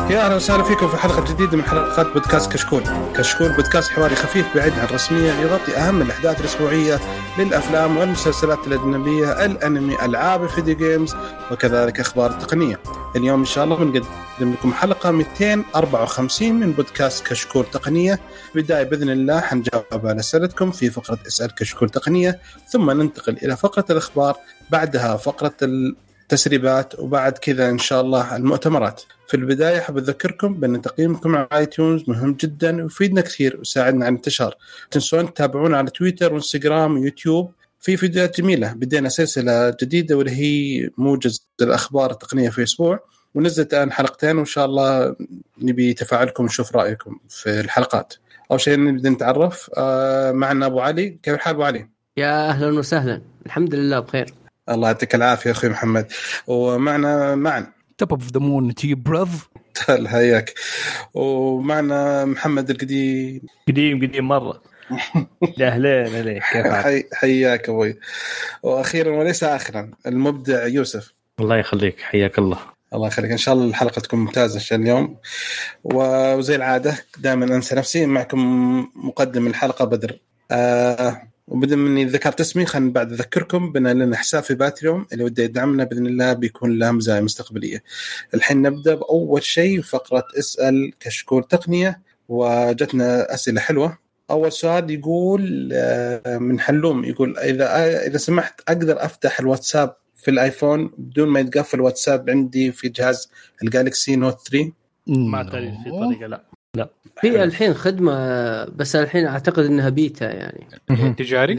يا أهلا وسهلا فيكم في حلقة جديدة من حلقات بودكاست كشكول. كشكول بودكاست حواري خفيف بعيد عن الرسمية يغطي أهم الأحداث الأسبوعية للأفلام والمسلسلات الأجنبية، الأنمي، ألعاب الفيديو جيمز، وكذلك أخبار التقنية. اليوم إن شاء الله بنقدم لكم حلقة 254 من بودكاست كشكول تقنية. بداية بإذن الله حنجاوب على أسئلتكم في فقرة اسأل كشكول تقنية، ثم ننتقل إلى فقرة الأخبار، بعدها فقرة التسريبات، وبعد كذا إن شاء الله المؤتمرات. في البداية حاب أذكركم بأن تقييمكم على آيتونز مهم جدا ويفيدنا كثير ويساعدنا على الانتشار. تنسون تتابعونا على تويتر وإنستغرام ويوتيوب، في فيديوهات جميلة. بدينا سلسلة جديدة واللي هي موجز الأخبار التقنية في أسبوع، ونزلت الآن حلقتين، وإن شاء الله نبي تفاعلكم ونشوف رأيكم في الحلقات. أول شيء نبدأ نتعرف معنا أبو علي. كيف الحال أبو علي؟ يا أهلا وسهلا، الحمد لله بخير. الله يعطيك العافية أخوي محمد. ومعنا معا توب اوف ذا مون تي براذ. هياك. ومعنا محمد القديم. قديم مرة. يا أهلين عليك، كيف حياك أبوي. وأخيرا وليس آخرا المبدع يوسف. الله يخليك، حياك الله. الله يخليك، إن شاء الله الحلقة تكون ممتازة إن شاء الله اليوم. وزي العادة دائما أنسى نفسي، معكم مقدم الحلقة بدر. وبدل مني ذكرت اسمي، خلينا بعد أذكركم بأن لنا حساب في باتريون، اللي ودي يدعمنا بإذن الله بيكون له مزايا مستقبلية. الحين نبدأ بأول شيء فقرة اسأل كشكول تقنية، وجتنا أسئلة حلوة. أول سؤال يقول من حلوم، يقول إذا سمحت أقدر أفتح الواتساب في الآيفون بدون ما يتقفل الواتساب عندي في جهاز الجالكسي نوت 3؟ ما تريد في طريقة لا في الحين خدمة، بس الحين أعتقد إنها بيتا يعني تجاري،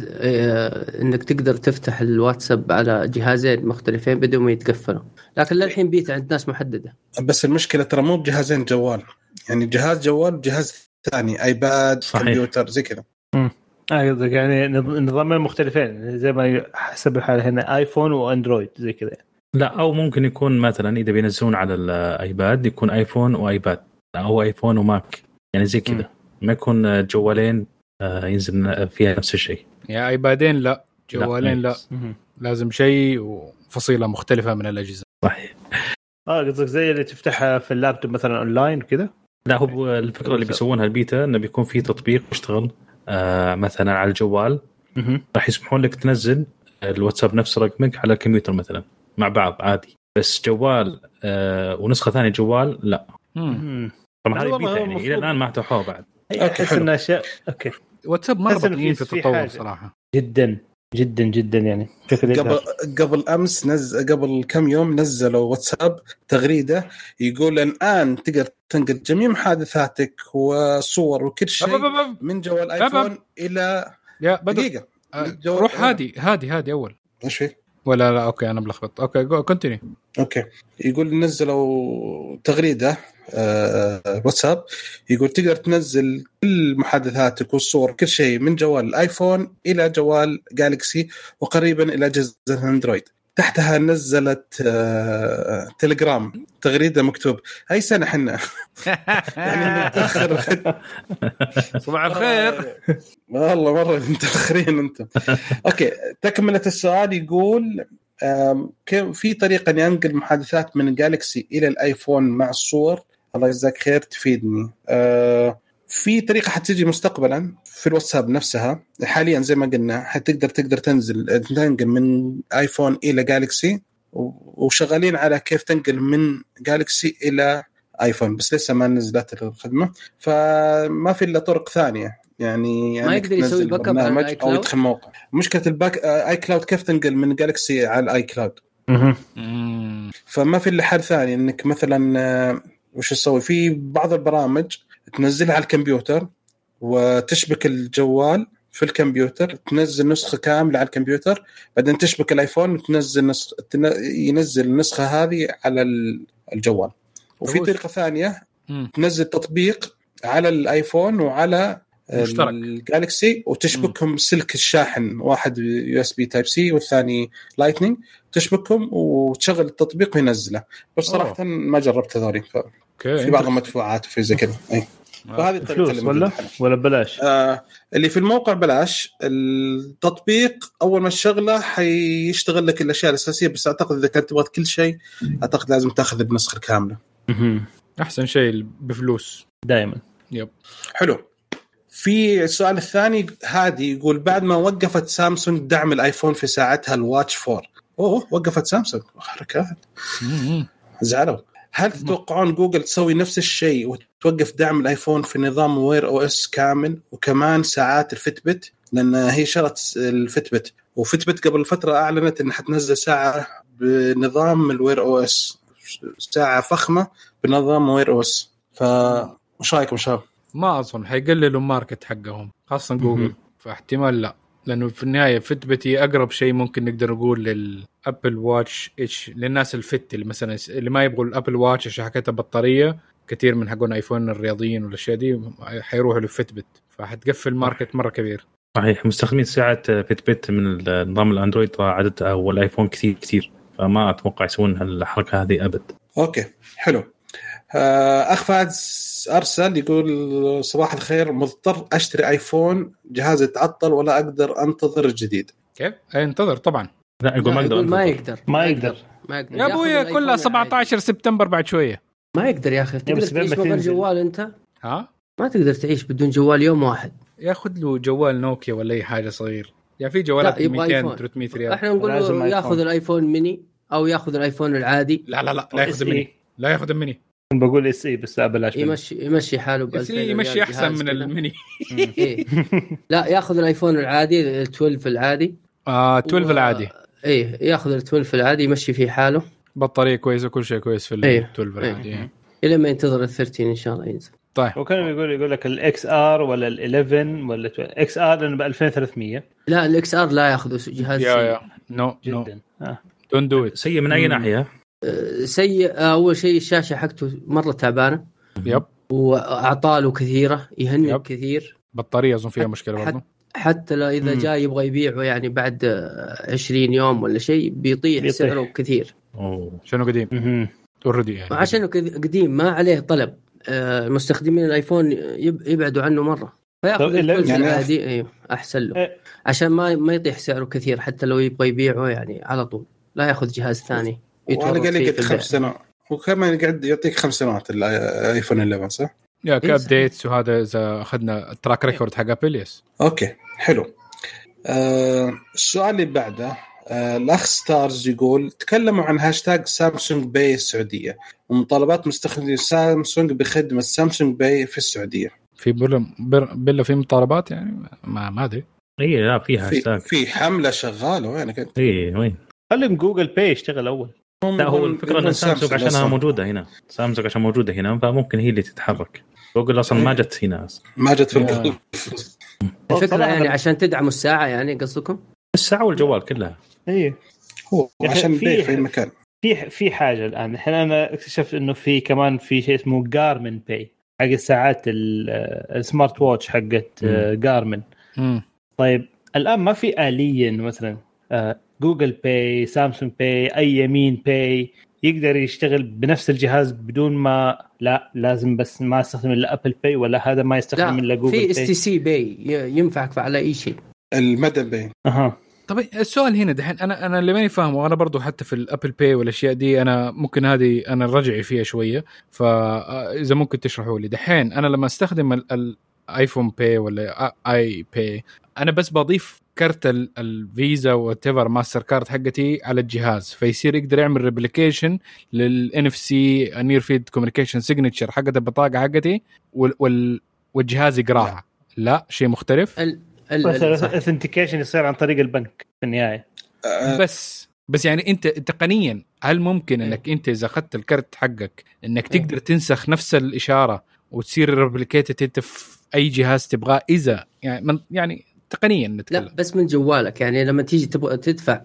إنك تقدر تفتح الواتساب على جهازين مختلفين بدون ما يتقفلوا، لكن للحين بيتا عند ناس محددة. بس المشكلة ترى مو بجهازين جوال، يعني جهاز جوال وجهاز ثاني، ايباد، صحيح. كمبيوتر زي كذا. يعني نظامين مختلفين زي ما حسب الحال هنا ايفون واندرويد زي كذا. لا، او ممكن يكون مثلا اذا بينزلون على الايباد يكون ايفون وايباد، او ايفون وماك، يعني زي كذا، ما يكون جوالين ينزل فيها نفس الشيء. يا ايبادين لا، جوالين لا. لازم شيء وفصيلة مختلفة من الأجهزة. صحيح. قصدك زي اللي تفتحها في اللابتوب مثلا اونلاين كذا؟ لا، هو الفكرة اللي بيسوونها البيتا انه بيكون في تطبيق يشتغل مثلا على الجوال، راح يسمحون لك تنزل الواتساب نفس رقمك على الكمبيوتر مثلا مع بعض عادي، بس جوال ونسخة ثانية جوال لا. طبعا هذه بيتا يعني الى الان ما اتوحوها بعد. اوكي حلو. اوكي، واتساب مرة بطيء في التطور صراحة، جدا جدا جدا. يعني قبل امس قبل كم يوم نزلوا واتساب تغريده يقول الان تقدر تنقل جميع محادثاتك وصور وكل شيء من جوال ايفون الى دقيقه. روح هادي اول ايش في ولا لا؟ اوكي انا بلخبط. اوكي كونتينيو. اوكي، يقول نزلوا تغريده واتساب يقول تقدر تنزل كل محادثاتك والصور كل شيء من جوال الايفون الى جوال جالكسي وقريبا الى اجهزه اندرويد. تحتها نزلت تليجرام تغريده مكتوب اي سنه حنا يعني متاخر. صباح الخير. والله مره متاخرين انتم. اوكي، تكمله السؤال يقول كيف في طريقه اني انقل محادثات من الجالكسي الى الايفون مع الصور؟ الله يجزاك خير تفيدني. في طريقة حتيجي مستقبلا في الواتساب نفسها. حاليا زي ما قلنا تقدر تنقل من ايفون الى جالكسي، وشغالين على كيف تنقل من جالكسي الى ايفون، بس لسه ما نزلت الخدمة، فما في الا طرق ثانية. يعني ما يقدر يسوي باك اب على او يدخل موقع. مشكلة الباك اي كلاود، كيف تنقل من جالكسي على اي كلاود؟ فما في الا حل ثاني، انك مثلا وش تسوي في بعض البرامج تنزلها على الكمبيوتر وتشبك الجوال في الكمبيوتر، تنزل نسخة كاملة على الكمبيوتر، بعدين تشبك الايفون وتنزل ينزل النسخة هذه على الجوال. وفي طريقة ثانية تنزل تطبيق على الايفون وعلى الجالكسي وتشبكهم سلك الشاحن، واحد USB تايب سي والثاني لايتنينج، تشبكهم وتشغل التطبيق وينزله. بس صراحة ما جربت هذولي، في بعض المدفوعات وفي زي كذا. فهذه الطريقة اللي ولا بلاش. اللي في الموقع بلاش. التطبيق أول ما تشغله حيشتغل لك الأشياء الأساسية، بس أعتقد إذا كنت تبغى كل شيء أعتقد لازم تأخذ النسخة الكاملة. احسن شيء بفلوس دائما. يب. حلو. في السؤال الثاني هادي يقول بعد ما وقفت سامسونج دعم الايفون في ساعتها الواتش 4. وقفت سامسونج حركات زعلوا. هل تتوقعون جوجل تسوي نفس الشيء وتوقف دعم الايفون في نظام وير او اس كامل وكمان ساعات الفتبت؟ لان هي شرت الفتبت وفتبت قبل فتره اعلنت انها حتنزل ساعه بنظام الوير او اس، ساعه فخمه بنظام وير او اس. فمش رايكم شباب؟ ما اظن حيقللوا الماركت حقهم خاصه جوجل، فاحتمال لا، لانه في النهايه فتبتي اقرب شيء ممكن نقدر نقول للابل واتش اتش للناس الفت اللي مثلا اللي ما يبغوا الابل واتش عشان حكايه بطاريه كثير من حقون ايفون الرياضيين والاشياء دي حيروحوا للفتبت، فحتقفل ماركت مره كبير. صحيح. مستخدمين ساعه فتبت من النظام الاندرويد عدد او الايفون كثير، فما اتوقع يسوون الحركه هذه ابد. اوكي حلو. اخ فهد ارسل يقول صباح الخير، مضطر اشتري ايفون، جهازي تعطل ولا اقدر انتظر الجديد. كيف انتظر؟ طبعا لا يقول ما يقدر يا ابويا كلها 17 سبتمبر بعد شويه. ما يقدر يا اخي. تقدر تعيش من غير جوال انت؟ ما تقدر تعيش بدون جوال يوم واحد. ياخذ له جوال نوكيا ولا اي حاجه صغير، يعني في جوالات 200 300 ريال. احنا نقول له ياخذ الايفون ميني او ياخذ الايفون العادي. لا ياخذ الميني، لا ياخذ الميني. بقول اس اي بس بلاش يمشي حاله ب2000 يمشي احسن من الميني. إيه. لا ياخذ الايفون العادي 12 العادي. 12 العادي. ايه ياخذ 12 العادي يمشي فيه حاله، بطاريه كويسه كل شيء كويس في 12 العادي. الى ما ينتظر 13 ان شاء الله ينزل. طيب وكان يقول لك الاكس ار ولا ال11 ولا اكس ار لانه ب 2300. لا الاكس ار لا ياخذ جهاز يا نو جدا دونت دو ات. سيء من اي ناحيه؟ سيء اول شيء الشاشه حقته مره تعبانه. يب. واعطاله كثيره يهنك كثير. بطاريه اظن فيها مشكله برضه. حتى لو اذا جاء يبغى يبيعه يعني بعد 20 يوم ولا شيء بيطيح سعره كثير. شنو قديم اوريدي يعني عشان قديم ما عليه طلب. مستخدمين الايفون يبعدوا عنه مره، فياخذ يعني عادي. ايوه احسن له عشان ما يطيح سعره كثير. حتى لو يبغى يبيعه يعني على طول لا ياخذ جهاز ثاني. وانا قال لي 5 سنوات وكمان قاعد يعطيك 5 سنوات الايفون 11 صح؟ يا كابديتس وهذا اذا اخذنا التراك ريكورد حق ابل. يس اوكي حلو. السؤال اللي بعده الاخ ستارز يقول تكلموا عن هاشتاج سامسونج باي السعوديه ومطالبات مستخدمي سامسونج بخدمه سامسونج باي في السعوديه. في بلا في مطالبات يعني ما ادري. اي لا في هاشتاج في حمله شغاله وين كنت. وين خليهم جوجل باي يشتغل اول. لا هو الفكره ان سامسونج عشانها موجوده هنا، سامسونج عشان موجوده هنا فممكن هي اللي تتحرك. جوجل اصلا ما جت هنا، ما جت في الفكره يعني عشان تدعموا الساعه يعني قصدكم الساعه والجوال كلها. اي هو عشان بيع في المكان. في حاجه الان احنا انا اكتشفت انه في كمان في شيء اسمه جارمن باي حق الساعات السمارت واتش حقت جارمن. طيب الان ما في آلية مثلا جوجل باي سامسونج باي اي يمين باي يقدر يشتغل بنفس الجهاز بدون ما لا لازم بس ما استخدم الا ابل باي ولا هذا ما يستخدم الا جوجل باي. في STC باي ينفعك على اي شيء المدى باي. طب السؤال هنا دحين انا اللي ماني فاهمه، وانا برضو حتى في الابل باي والاشياء دي انا ممكن هذه انا رجعي فيها شويه، فاذا ممكن تشرحوا لي دحين. انا لما استخدم الايفون باي ولا اي باي انا بس بضيف كارت الفيزا وتيفر ماستر كارد حقتي على الجهاز، فيصير يقدر يعمل ريبليكيشن للNFC نير فيلد كوميونيكيشن سيجنتشر حقت البطاقه حقتي والجهاز يقراها. لا شيء مختلف. الاثنتيكيشن يصير عن طريق البنك في النهايه. بس يعني انت تقنيا هل ممكن انك انت اذا اخذت الكارت حقك انك تقدر تنسخ نفس الاشاره وتصير ريبليكيتد انت في اي جهاز تبغاه؟ اذا يعني تقنيا نتكلم. لا بس من جوالك، يعني لما تيجي تبغى تدفع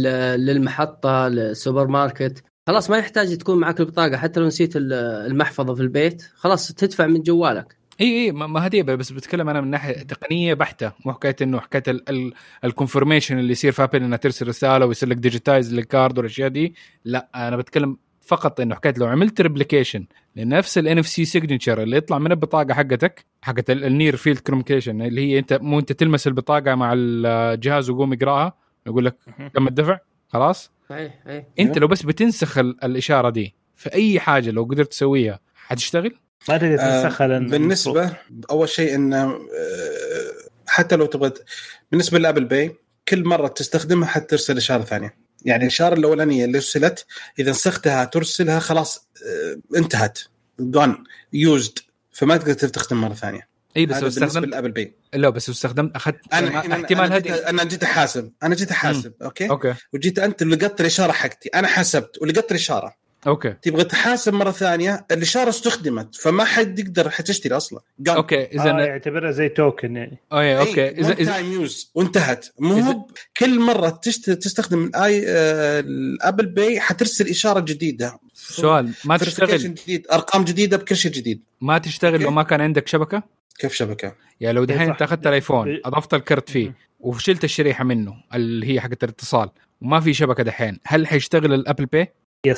للمحطه للسوبر ماركت خلاص ما يحتاج تكون معك البطاقه، حتى لو نسيت المحفظه في البيت خلاص تدفع من جوالك. اي ما هديه، بس بتكلم انا من ناحيه تقنيه بحته، مو حكايه انه حكايه الكونفirmation اللي يصير في ابل انها ترسل رساله ويصير لك ديجيتايز للكارد والاشياء دي. لا انا بتكلم فقط انه حكايه لو عملت ريبليكيشن لنفس الNFC سيجنتشر اللي يطلع من البطاقه حقت النير فيلد كوميونيكيشن اللي هي انت تلمس البطاقه مع الجهاز وقوم يقراها يقول لك تم الدفع خلاص. صحيح. انت لو بس بتنسخ الاشاره دي في اي حاجه لو قدرت تسويها حتشتغل؟ ما تقدر تنسخها بالنسبه اول شيء انه حتى لو تبغى بالنسبه للابل باي كل مره تستخدمها حترسل اشاره ثانيه. يعني الاشاره الاولانيه اللي رسلت اذا نسختها ترسلها خلاص انتهت gone used فما تقدر تستخدم مره ثانيه. اي بس استخدم الابل باي. لا بس استخدمت اخذت احتمال هذه انا جيت احاسب اوكي وجيت انت اللي لقطت الاشاره حقتي انا حسبت ولقطت الاشاره اوكي تبغى تحاسب مره ثانيه الاشاره استخدمت فما حد يقدر حتشتري اصلا. اوكي اذا يعتبرها زي توكن يعني اوكي اذا تايم يوز وانتهت مو كل مره تستخدم الابل باي حترسل اشاره جديده. سؤال ما تشتغل جديد ارقام جديده بكل شيء جديد ما تشتغل لو ما كان عندك شبكه؟ كيف شبكه؟ يعني لو دحين انت اخذت الايفون اضفت الكرت فيه وشلت الشريحه منه اللي هي حقت الاتصال وما في شبكه دحين هل حيشتغل الابل باي؟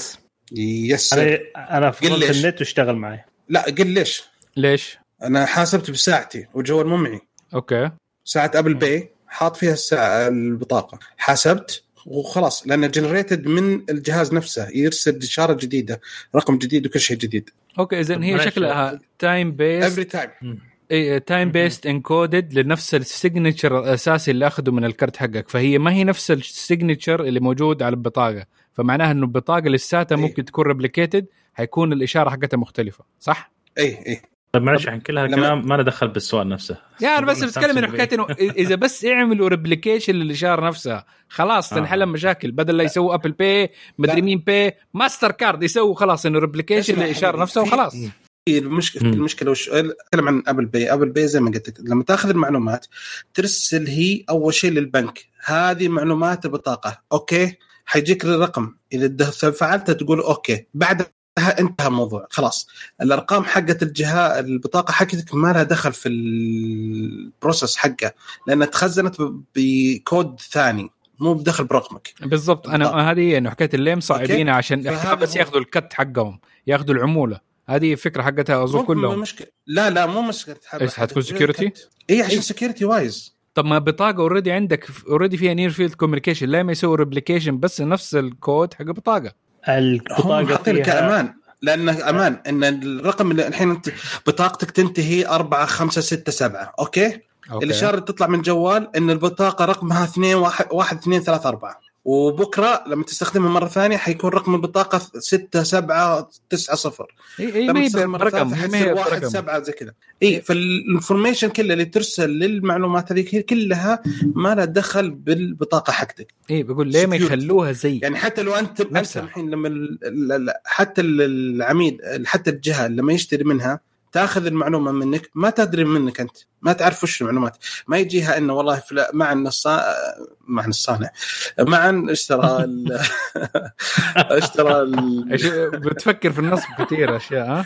يس انا فضلت النت واشتغل معي. لا قل ليش انا حاسبت بساعتي والجوال مو معي. اوكي ساعه ابل باي حاط فيها الساعه البطاقه حاسبت وخلاص لانه جنريتد من الجهاز نفسه يرسل اشاره جديده رقم جديد وكل شيء جديد. اوكي اذا هي شكلها تايم بيست تايم بيست انكودد لنفس السيجنتشر الاساسي اللي اخذه من الكرت حقك فهي ما هي نفس السيجنتشر اللي موجود على البطاقه فمعناها انه البطاقه لساتها ممكن تكون ريبليكيتد حيكون الاشاره حقتها مختلفه صح؟ اي طيب معلش عن كل هالكلام ما ندخل بالسؤال نفسه يعني بس بتكلم من حكايه انه اذا بس يعملوا ريبليكيشن للاشاره نفسها خلاص تنحل المشاكل بدل لا يسووا ابل باي مدري مين باي ماستر كارد يسووا خلاص انه ريبليكيشن للاشاره نفسها وخلاص. المشكله وش اتكلم عن ابل باي زي ما قلت لك لما تاخذ المعلومات ترسل هي اول شيء للبنك هذه معلومات البطاقه اوكي حيجيك الرقم اذا فعلتها تقول اوكي بعد انتهى الموضوع خلاص. الارقام حقت الجهه البطاقه حقتك ما لها دخل في البروسيس حقه لانها تخزنت بكود ثاني مو بدخل برقمك بالضبط. انا هذه انه حكايه الليم صعبين عشان بس ياخذوا الكت حقهم ياخذوا العموله هذه فكره حقتها اظن كلهم مشكله. لا مو مشكله حتكون سكيورتي عشان سكيورتي وايز. طب ما بطاقه اوريدي عندك اوريدي فيها نير فيلد كوميونيكيشن لا ما يسوي ريبليكيشن بس نفس الكود حق البطاقه فيها كأمان لأنه أمان إن الرقم اللي الحين أنت بطاقتك تنتهي 4 5 6 7 أوكي. الإشارة تطلع من الجوال إن البطاقة رقمها 2 1 2 3 4 وبكرة لما تستخدمها مرة ثانية حيكون رقم البطاقة 6 7 9 0 لما تستخدم مرة رقم 1 7 زي كذا. فالانفورميشن كلها اللي ترسل للمعلومات هذه كلها ما لها دخل بالبطاقة حقتك. بقول ليه ما يخلوها زي يعني حتى لو أنت الحين لما حتى العميد حتى الجهة لما يشتري منها تاخذ المعلومة منك ما تدري منك أنت ما تعرف وش المعلومات ما يجيها إنه والله مع الصانع مع اشترى بتفكر في النصب كثير أشياء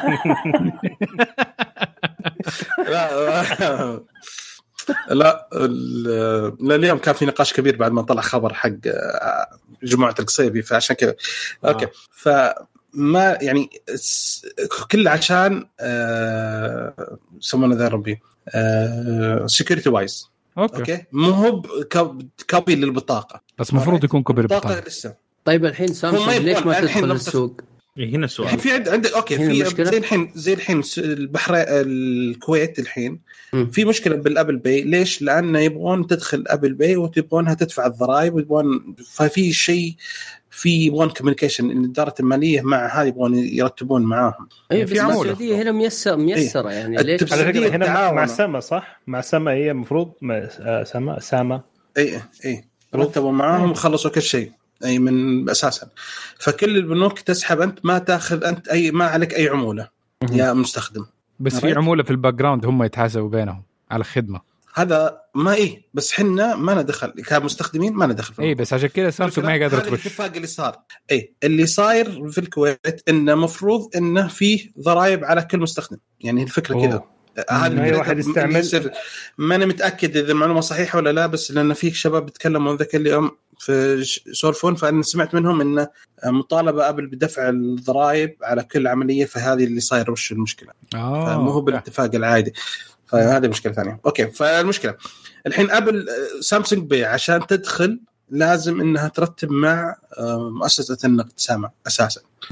لا اليوم كان في نقاش كبير بعد ما طلع خبر حق جماعة القصيبي فعشان كذا أوكي فما يعني كل عشان يسمونه ذا ربي security wise اوكي مو هو كوبي للبطاقه بس مفروض يكون كوبي للبطاقه لسه. طيب الحين سامسونج ليش ما تدخل السوق؟ هنا السؤال في عندك اوكي في زي الحين البحرين الكويت الحين في مشكله بالابل باي ليش؟ لانه يبغون تدخل ابل باي وتبغونها تدفع الضرائب ويبغون ففي شيء يبغون كوميونيكيشن ان الاداره الماليه مع هذه يبغون يرتبون معاهم. في السعوديه هنا ميسره يعني ليش على فكره هنا مع سما صح مع سما هي المفروض سما اي رتبوا معاهم وخلصوا كل شيء اي من اساسا. فكل البنوك تسحب انت ما تاخذ انت اي ما عليك اي عموله يا مستخدم بس في عموله في الباك جراوند هم يتحاسبوا بينهم على الخدمه هذا ما بس حنا ما ندخل كمستخدمين ما ندخل بس عشان كده سامسونج ما قادره تخش. الاتفاق اللي صار اللي صاير في الكويت انه مفروض انه فيه ضرائب على كل مستخدم يعني الفكره كده هذا واحد يستعمل ما انا متاكد اذا المعلومه صحيحه ولا لا بس لان في شباب بيتكلموا ذاك اليوم في سورفون فانا سمعت منهم ان مطالبه قبل بدفع الضرائب على كل عمليه فهذه اللي صاير وش المشكله مو هو بالاتفاق العادي فهذه مشكله ثانيه. اوكي فالمشكله الحين ابل سامسونج بي عشان تدخل لازم انها ترتب مع مؤسسه النقد سامع اساسا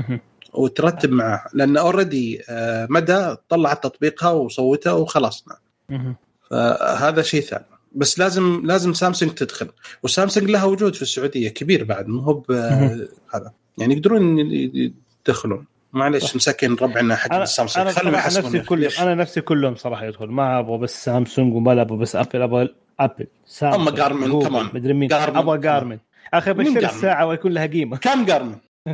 وترتب معاه، لأن أوريدي مدى طلعت تطبيقها وصوتها وخلصنا. فهذا شيء ثاني. بس لازم سامسونج تدخل، وسامسونج لها وجود في السعودية كبير بعد، مو هو هذا يعني يقدرون يدخلون. معلش مساكين ربعنا حق سامسونج، خلهم يحسبون. أنا نفسي كلهم صراحة يدخل، ما أبغى بس سامسونج وما أبغى بس أبل أما جارمن كمان مدري مين أبغى جارمن أخي بشتري الساعة ويكون لها قيمة. كم جارمن؟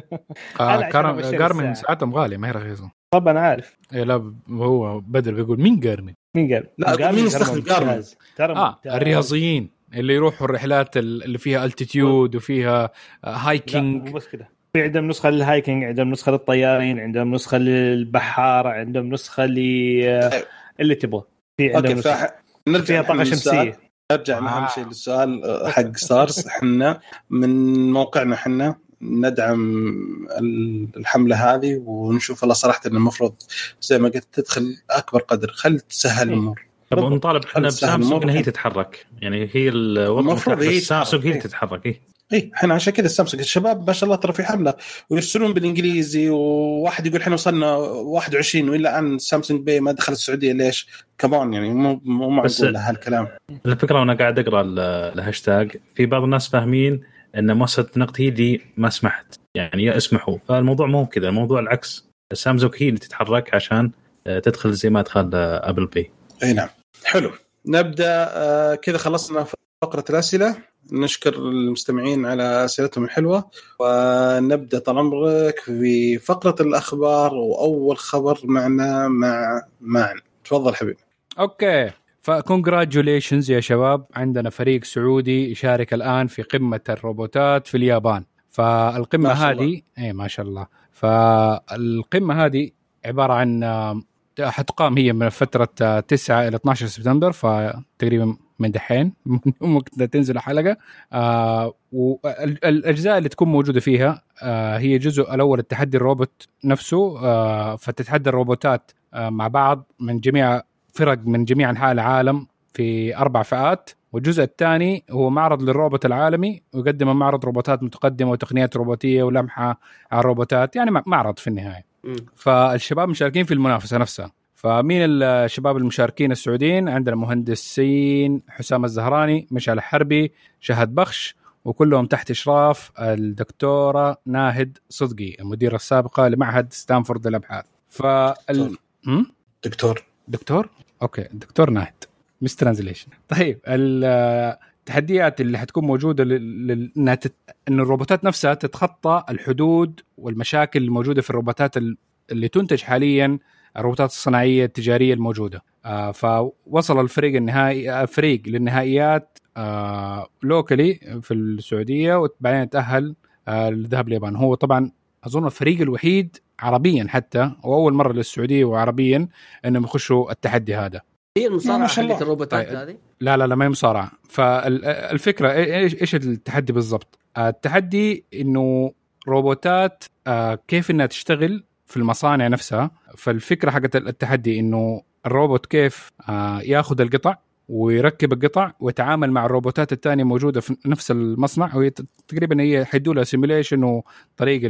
جارمن ساعتهم غالية ما هي رخيصة طبعا عارف. إيه لا هو بدر بيقول مين جارمن لا مين يستخدم جارمن؟ الرياضيين اللي يروحوا الرحلات اللي فيها التيتيود وفيها هايكينج. بس كده في عندهم نسخة للهايكينج، عندهم نسخة للطيارين، عندهم نسخة للبحارة، عندهم نسخة اللي تبغى. في عندهم نرجع طاقة شمسية. نرجع أهم شيء للسؤال حق ستارز. حنا من موقعنا حنا ندعم الحملة هذه، ونشوف الله صراحة إن المفروض زي ما قلت تدخل أكبر قدر، خل تسهل الأمور. طب نطالب احنا بسامسونج إن هي تتحرك، يعني هي المفروض هي سامسونج هي تتحرك. ايه احنا عشان كذا السامسونج الشباب ما شاء الله ترى في حمله ويرسلون بالانجليزي، وواحد يقول احنا وصلنا 21 والا عن سامسونج باي ما دخل السعوديه. ليش كمان يعني مو معقول هالكلام. الفكره وانا قاعد اقرا الهاشتاج في بعض الناس فاهمين ان مؤسسه النقد هي اللي ما سمحت، يعني يا اسمحوا. فالموضوع مو كذا، الموضوع العكس، سامسونج هي اللي تتحرك عشان تدخل زي ما دخل ابل باي. اي نعم. حلو، نبدا كذا خلصنا فقره الاسئله. نشكر المستمعين على أسئلتهم الحلوة، ونبدأ طال عمرك في فقرة الأخبار. وأول خبر معنا معا تفضل حبيبي. أوكي، فكونجراتيوليشنز يا شباب، عندنا فريق سعودي يشارك الآن في قمة الروبوتات في اليابان. فالقمة هذه ما شاء الله. فالقمة هذه عبارة عن حتقام هي من فترة 9 إلى 12 سبتمبر، فتقريبا من دحين ممكن تنزل حلقة. والأجزاء اللي تكون موجودة فيها هي جزء الأول التحدي الروبوت نفسه، فتتحدى الروبوتات مع بعض من جميع فرق من جميع أنحاء العالم في 4 فئات. والجزء الثاني هو معرض للروبوت العالمي، ويقدم معرض روبوتات متقدمة وتقنيات روبوتية ولمحة على الروبوتات، يعني معرض في النهاية. فالشباب مشاركين في المنافسة نفسها. فمين الشباب المشاركين السعوديين؟ عندنا مهندسين حسام الزهراني، مشعل الحربي، شهد بخش، وكلهم تحت إشراف الدكتورة ناهد صدقي المديرة السابقة لمعهد ستانفورد للأبحاث. دكتور أوكي، دكتور ناهد مس ترانزليشن. طيب التحديات اللي حتكون موجودة إن الروبوتات نفسها تتخطى الحدود والمشاكل الموجودة في الروبوتات اللي تنتج حالياً، الروبوتات الصناعية التجارية الموجودة. فوصل الفريق للنهائيات لوكالي في السعودية، وبعدين تأهل للذهاب اليابان. هو طبعا أظن الفريق الوحيد عربيا حتى، وأول مرة للسعودية وعربيا أنهم يخشوا التحدي هذا. هي المصارعة حقت الروبوتات هذه؟ لا ما هي مصارعة. فالفكرة إيش التحدي بالضبط؟ التحدي إنه روبوتات كيف إنها تشتغل في المصانع نفسها. فالفكرة حقت التحدي إنه الروبوت كيف ياخذ القطع ويركب القطع ويتعامل مع الروبوتات الثانية موجودة في نفس المصنع، وهي تقريبا هي حيدوا لها سيميليشن وطريقة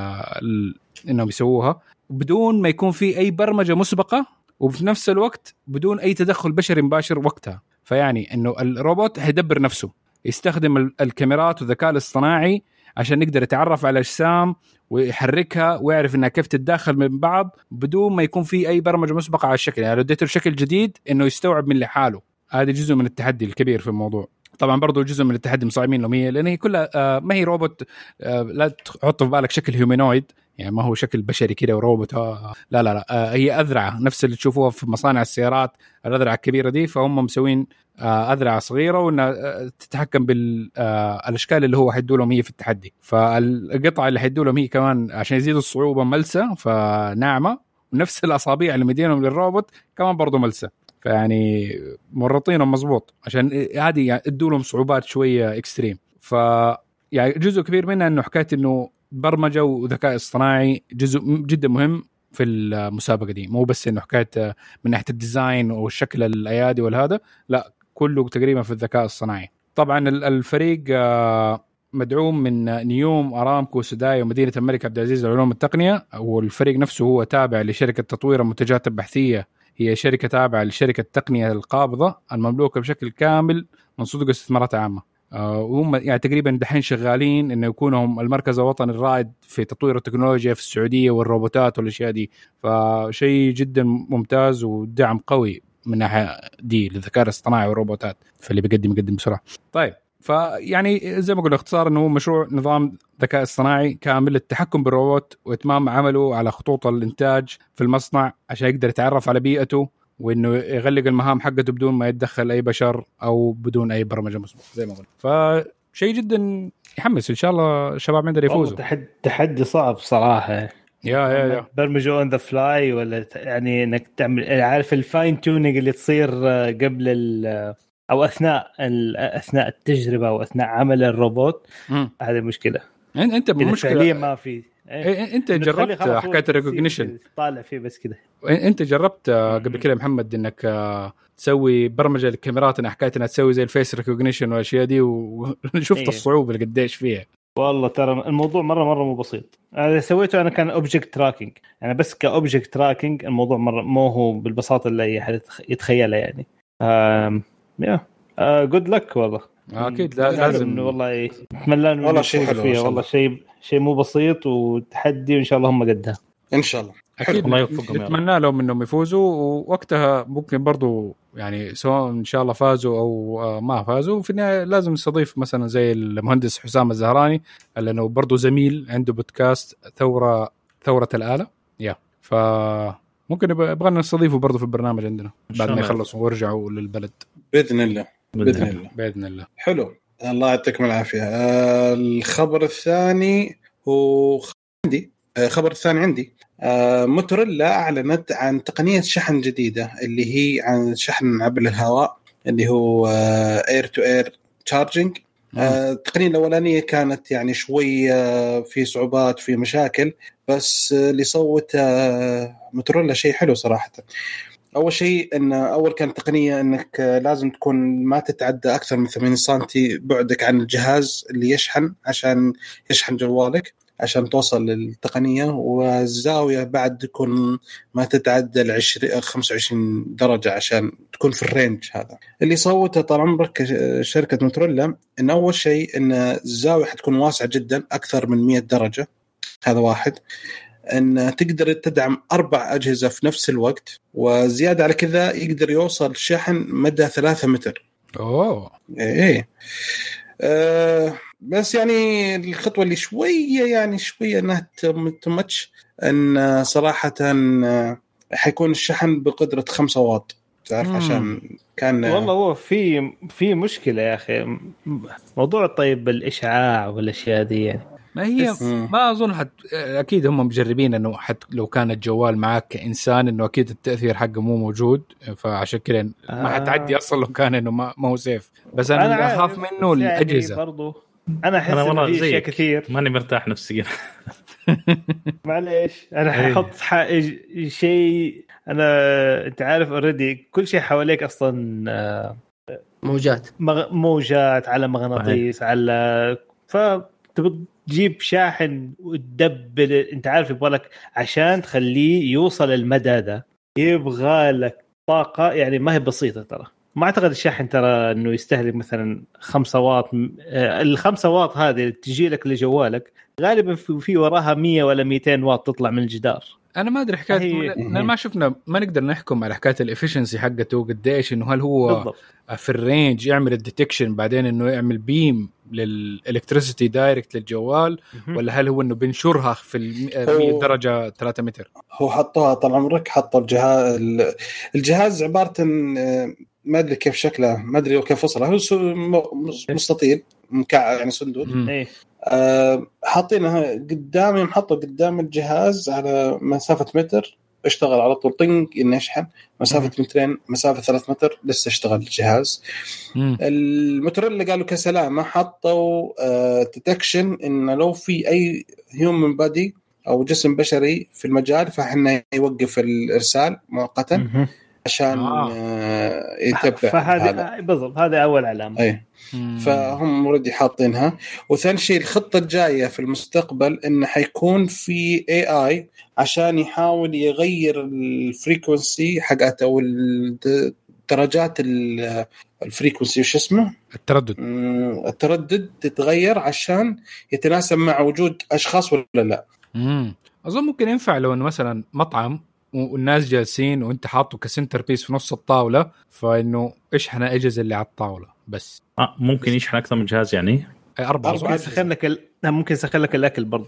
إنهم يسووها بدون ما يكون في أي برمجة مسبقة، وفي نفس الوقت بدون أي تدخل بشري مباشر وقتها. فيعني إنه الروبوت هيدبر نفسه، يستخدم الكاميرات والذكاء الاصطناعي عشان يقدر يتعرف على الأجسام ويحركها ويعرف إنها كيف تتداخل من بعض بدون ما يكون في أي برمجة مسبقة على الشكل. يعني لو اديته شكل جديد إنه يستوعب من لحاله. هذا جزء من التحدي الكبير في الموضوع. طبعا برضو جزء من التحدي مصعبين لهم هي، لأن هي كلها ما هي روبوت. لا تحط في بالك شكل هيومانويد، يعني ما هو شكل بشري كده وروبوت. لا هي أذرعة نفس اللي تشوفوها في مصانع السيارات، الأذرعة الكبيرة دي. فهم مسوين أذرعة صغيرة وإنها تتحكم بالأشكال اللي هو حيدوا لهم هي في التحدي. فالقطعة اللي حيدوا لهم هي كمان عشان يزيدوا الصعوبة ملسة فناعمة، ونفس الأصابع اللي مدينهم للروبوت كمان برضو ملسة. فيعني مرطينهم مزبوط عشان هذه يعني ادوا لهم صعوبات شوية اكستريم. يعني جزء كبير منها إنه حكاية إنه برمجة وذكاء اصطناعي جزء جدا مهم في المسابقة دي، مو بس إنه حكاية من ناحية الديزاين والشكل الأيادي والهذا، لا كله تقريبا في الذكاء الصناعي. طبعا الفريق مدعوم من نيوم، أرامكو، سداي، ومدينة الملك عبد العزيز للعلوم التقنية. والفريق نفسه هو تابع لشركة تطوير المنتجات البحثية، هي شركة تابعة لشركة التقنية القابضة المملوكة بشكل كامل من صندوق الاستثمارات العامة. وهم يعني تقريبا دحين شغالين إنه يكونوا هم المركز الوطني الرائد في تطوير التكنولوجيا في السعودية والروبوتات والأشياء دي. فشيء جدا ممتاز ودعم قوي من ناحية دي للذكاء الاصطناعي والروبوتات، فاللي بيقدم بسرعة. طيب، فيعني زي ما قلنا اختصار انه هو مشروع نظام ذكاء اصطناعي كامل للتحكم بالروبوت واتمام عمله على خطوط الانتاج في المصنع عشان يقدر يتعرف على بيئته، وانه يغلق المهام حقته بدون ما يتدخل اي بشر او بدون اي برمجه مسبوق زي ما قلنا. فشيء جدا يحمس، ان شاء الله الشباب عندنا يفوزوا. تحدي صعب صراحه. يا برمجوا اون ذا فلاي، ولا يعني انك تعمل عارف الفاين تيونينج اللي تصير قبل او اثناء التجربه او اثناء عمل الروبوت. هذه مشكله. انت مشكله ما في. انت جربت حكايه الريكوجنيشن طالع فيه بس كده. انت جربت قبل كده محمد انك تسوي برمجه للكاميرات، حكايه انها تسوي زي الفيس ريكوجنيشن والاشياء دي، وشفت الصعوبه اللي قديش فيها. والله ترى الموضوع مره مو بسيط. انا سويته انا كان اوبجكت تراكنج، يعني بس كاوبجكت تراكنج الموضوع مره مو هو بالبساطه اللي اي حد يتخيلها يعني. جود لك والله. اكيد لازم والله اتمنى انه والله شيء حلو فيها. والله شيء مو بسيط وتحدي، وان شاء الله هم قدها ان شاء الله. اكيد الله يوفقهم، نتمنى لهم انهم يفوزوا، ووقتها ممكن برضو يعني سواء ان شاء الله فازوا او ما فازوا في النهايه لازم نستضيف مثلا زي المهندس حسام الزهراني لانه برضو زميل عنده بودكاست ثوره الآلة فممكن يبغى نستضيفه برضو في البرنامج عندنا بعد ما يخلصوا ويرجعوا للبلد باذن الله. حلو، الله يعطيكم العافيه. الخبر الثاني عندي موتوريلا أعلنت عن تقنية شحن جديدة اللي هي عن شحن عبر الهواء اللي هو اير تو اير تشارجنج. التقنية الأولانية كانت يعني شوي في صعوبات في مشاكل، بس اللي صوت موتوريلا شيء حلو صراحة. أول شيء إن كانت تقنية إنك لازم تكون ما تتعدى أكثر من 80 سنتي بعدك عن الجهاز اللي يشحن عشان يشحن جوالك عشان توصل للتقنية، والزاوية بعد تكون ما تتعدى 25 درجة عشان تكون في الرينج هذا. اللي صوته طال عمرك شركة موتوريلا إن أول شيء إن الزاوية حتكون واسعة جدا أكثر من 100 درجة، هذا واحد. أن تقدر تدعم 4 أجهزة في نفس الوقت، وزيادة على كذا يقدر يوصل شحن مدى 3 متر. إيه. بس يعني الخطوة اللي شوية انها تمتش ان صراحة حيكون الشحن بقدرة 5 واط، تعرف عشان كان والله هو في مشكلة يا اخي موضوع طيب الاشعاع والاشياء دي يعني. ما هي ما اظن اكيد هم مجربين انه حتى لو كان الجوال معك كإنسان انه اكيد التأثير حقه مو موجود، فعشان كده ما حتعدي اصلا لو كان انه ما هو سيف. بس انا اخاف منه الاجهزة برضو. انا احس انه في اشياء كثير ماني مرتاح نفسيا. معليش انا ححط شيء انا انت عارف اوريدي كل شيء حواليك اصلا موجات على مغناطيس على فتبي تجيب شاحن وتدبل. انت عارف يبغالك عشان تخليه يوصل المدى ده يبغى لك طاقة يعني ما هي بسيطة ترى. ما أعتقد الشاحن ترى إنه يستهلك مثلا 5 واط. ال5 واط هذه تجي لك لجوالك غالبا في وراها 100 ولا 200 واط تطلع من الجدار. أنا ما أدري حكاية ما شفنا، ما نقدر نحكم على حكاية الإفشنسي حقته قديش، إنه هل هو بالضبط في الرينج يعمل الديتكشن بعدين إنه يعمل بيم للإلكتريسيتي دايركت للجوال، ولا هل هو إنه بنشرها في 100 درجة 3 متر. هو حطوها طال عمرك، حطوا الجهاز عبارة ما أدري كيف شكله، ما أدري كيف وصله. هو مستطيل مكعب يعني صندوق. حاطينها قدام، محطه قدام الجهاز على مسافة متر، اشتغل على طول طنق إنه يشحن. مسافة 2 متر، مسافة 3 متر لسه اشتغل الجهاز. الموتوريلا قالوا كسلامة حطوا تدكشن إنه لو في أي هيومن بادي أو جسم بشري في المجال فإحنا يوقف الإرسال مؤقتا. عشان يتبع. فهذا بالضبط هذا أول علامة. أي. فهم ردي حاطينها. وثاني شيء الخطة الجاية في المستقبل إنه حيكون في AI عشان يحاول يغير الفريكونسي حقته أو درجات الفريكونسي وش اسمه التردد تتغير عشان يتناسب مع وجود أشخاص ولا لا. أظن ممكن ينفع لو إنه مثلا مطعم والناس جالسين وانت حاطه كسنتر بيس في نص الطاولة فإنه اشحن أجهزة اللي على الطاولة بس. ممكن يشحن أكثر من جهاز يعني 4 ممكن يسخن لك الأكل برضه.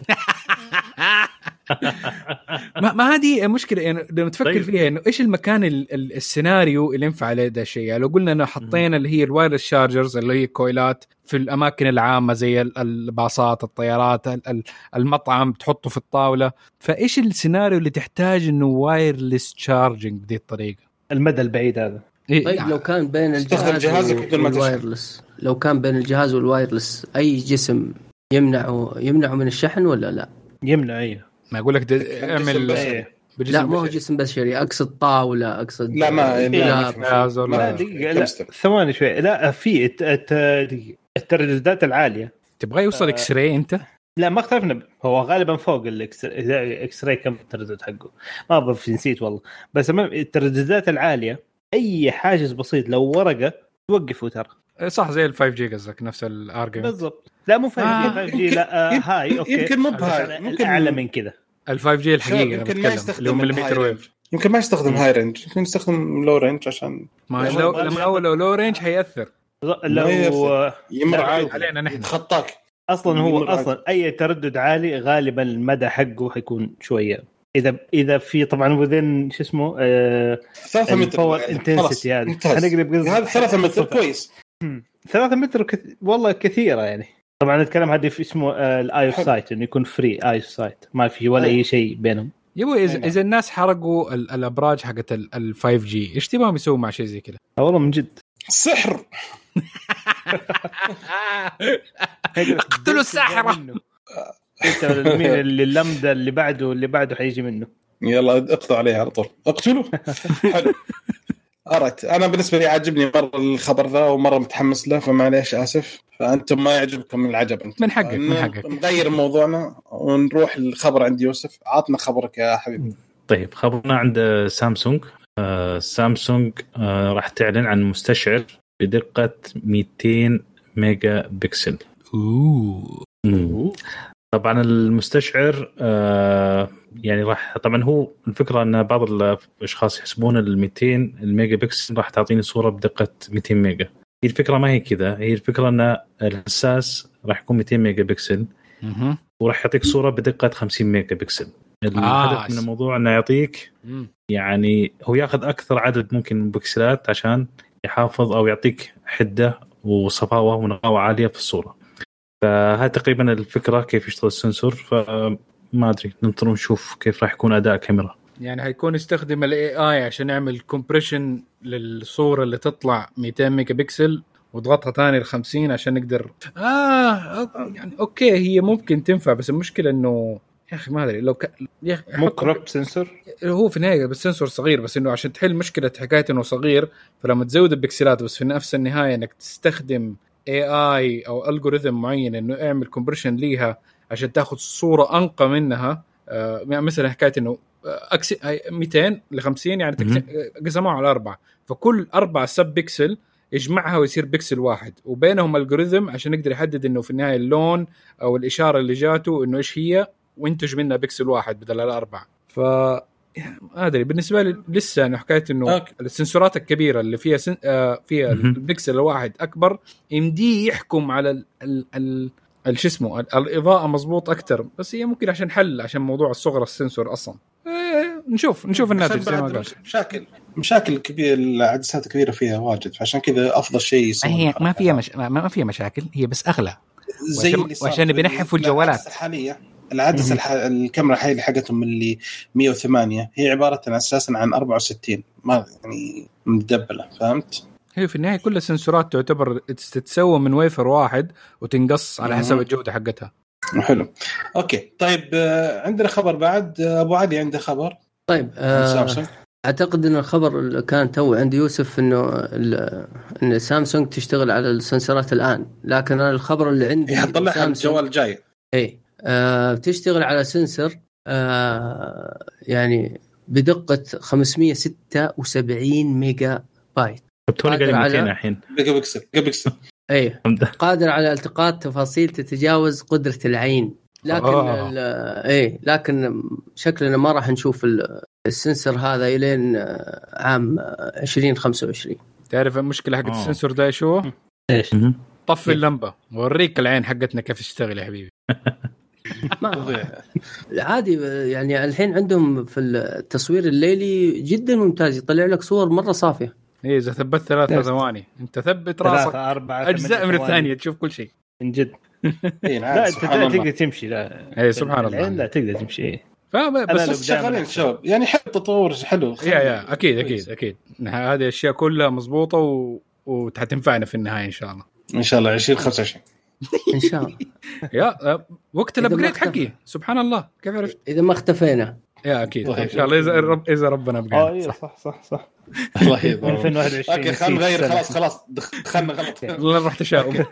ما هذه مشكلة يعني لما تفكر فيها إنه إيش المكان السيناريو اللي ينفع عليه ده الشيء. يعني لو قلنا إنه حطينا اللي هي الوايرلس شارجرز اللي هي كويلات في الأماكن العامة زي الباصات الطيارات المطعم تحطه في الطاولة، فإيش السيناريو اللي تحتاج إنه وايرلس شارجينج بهذه الطريقة؟ المدى البعيد هذا. طيب لو كان بين الجهاز والوايرلس، لو كان بين الجهاز والوايرلس أي جسم يمنعه من الشحن ولا لا؟ يمنع. أيه ما أقول لك اعمل لا مو هو جسم بشري، أقصد طاولة، أقصد لا ما ثواني شوي. لا في الترددات العالية تبغى يوصل اكس راي انت؟ لا ما اختلفنا، هو غالبا فوق الاكس راي كم التردد حقه ما بعرف نسيت والله. بس الترددات العالية اي حاجز بسيط لو ورقة توقفه ترى. صح زي ال5 جي قصدك نفس الارجيومنت بالضبط. لا مو 5 جي لا هاي اوكي يمكن مو بهاي، ممكن اعلى من كذا. ال5 جي الحقيقي يمكن ما يستخدم مليمتر ويف، يمكن ما يستخدم هاي رينج، يمكن يستخدم لو رينج عشان ما لو لو رينج حيأثر لو يمر علينا نحن خطاك. اصلا هو اصلا اي تردد عالي غالبا المدى حقه حيكون شويه اذا في طبعا وذن شو اسمه 3 متر انتنسيتي هذه هذا 3 متر كويس. 3 متر والله كثيره يعني. طبعا نتكلم هذه في اسمه الاي اوف سايت انه يكون فري اي اوف سايت ما في ولا اي شيء بينهم. يبغى اذا الناس حرقوا الابراج حقت ال5 جي ايش تبغاهم يسووا مع شيء زي كذا؟ والله من جد سحر. اقتلوا الساحرة. انت مين اللمدة اللي بعده حيجي منه. يلا اقطع عليه على طول اقتلوا. حلو. أردت أنا بالنسبة لي عجبني مرة الخبر ذا ومرة متحمس له، فمعليش آسف فأنتم ما يعجبكم من العجب. أنت من حقك نغير موضوعنا ونروح الخبر عند يوسف. عطنا خبرك يا حبيبي. طيب خبرنا عند سامسونج. سامسونج راح تعلن عن مستشعر بدقة 200 ميجا بكسل. طبعا المستشعر يعني راح طبعا هو الفكرة أن بعض الأشخاص يحسبون ال 200 الميجا بكسل راح تعطيني صورة بدقة 200 ميجا. هي الفكرة ما هي كذا، هي الفكرة أن الحساس راح يكون 200 ميجا بكسل وراح يعطيك صورة بدقة 50 ميجا بكسل. الهدف من الموضوع أنه يعطيك يعني هو يأخذ أكثر عدد ممكن من بكسلات عشان يحافظ أو يعطيك حدة وصفاوة ونقاوة عالية في الصورة. فهذا تقريبا الفكرة كيف يشتغل السنسور. فما أدري ننتظر نشوف كيف راح يكون أداء كاميرا. يعني هيكون يستخدم ال AI عشان يعمل كومبريشن للصورة اللي تطلع 200 ميجا بكسل وضغطها ثاني ل50 عشان نقدر يعني أوكي هي ممكن تنفع، بس المشكلة إنه يا أخي ما أدري لو مو كروب سنسور هو في النهاية بس سنسور صغير، بس إنه عشان تحل مشكلة حكاية إنه صغير فلما تزود البكسلات بس في نفس النهاية إنك تستخدم AI أو ألغوريثم معين إنه يعمل كومبريشن ليها عشان تأخذ صورة أنقى منها. مثلا حكاية إنه 200 ل50 يعني قسموها على 4، فكل 4 سب بيكسل يجمعها ويصير بيكسل واحد وبينهم ألغوريثم عشان يقدر يحدد إنه في النهاية اللون أو الإشارة اللي جاته إنه إيش هي وينتج منها بيكسل واحد بدل الأربعة. ما أدري بالنسبة لي لسه يعني حكاية إنه السنسورات الكبيرة اللي فيها فيها البيكسل الواحد أكبر يمدي يحكم على شو اسمه الإضاءة مضبوط أكتر، بس هي ممكن عشان حل عشان موضوع الصغر السنسور أصلا. نشوف الناتج زي ما قال. مشاكل كبيرة، العدسات كبيرة فيها واجد، فعشان كذا أفضل شيء هي ما فيها مشاكل، هي بس أغلى وعشان بنحفوا الجوالات الحالية. العدسة الكاميرا الحالية حقتهم اللي 108 هي عبارة أساسا عن 64 ما يعني مدبلة، فهمت؟ هي في النهاية كل السنسورات تعتبر تتسوى من ويفر واحد وتنقص على حسب الجودة حقتها. حلو أوكي. طيب عندنا خبر بعد أبو علي عنده خبر. طيب اعتقد ان الخبر اللي كان تو عند يوسف انه ان سامسونج تشتغل على السنسورات الان، لكن انا الخبر اللي عندي حطلعها الجوال الجاي بتشتغل على سنسور يعني بدقة 576 ميجا بايت. توني قاعد 200 الحين ميجا بكسل ايه قادر على التقاط تفاصيل تتجاوز قدرة العين، لكن لكن شكلنا ما راح نشوف السنسور هذا الين عام 2025. تعرف المشكلة حقت السنسور ده شو؟ ايش؟ طفي اللمبة وريك العين حقتنا كيف تشتغل يا حبيبي. ما عادي يعني الحين عندهم في التصوير الليلي جدا ممتاز، يطلع لك صور مرة صافية. إيه إذا ثبت 3 ثواني أنت ثبت راسك 4 أجزاء من الثانية تشوف كل شيء من جد. لا أنت تقدر تمشي، لا إيه سبحان الله لا تقدر تمشي إيه. بس شغالين شباب يعني حلو تطور حلو يا أكيد هذه أشياء كلها مزبوطة وتنفعنا في النهاية إن شاء الله 2025 إن شاء الله. يا وقت الأبجريد حقي سبحان الله كيف عرفت إذا ما اختفينا يا أكيد إن شاء الله إذا ربنا بقى صح الله يرضى 2021 اوكي خلينا نغير خلاص دخلنا غلط والله رحت تشاؤم.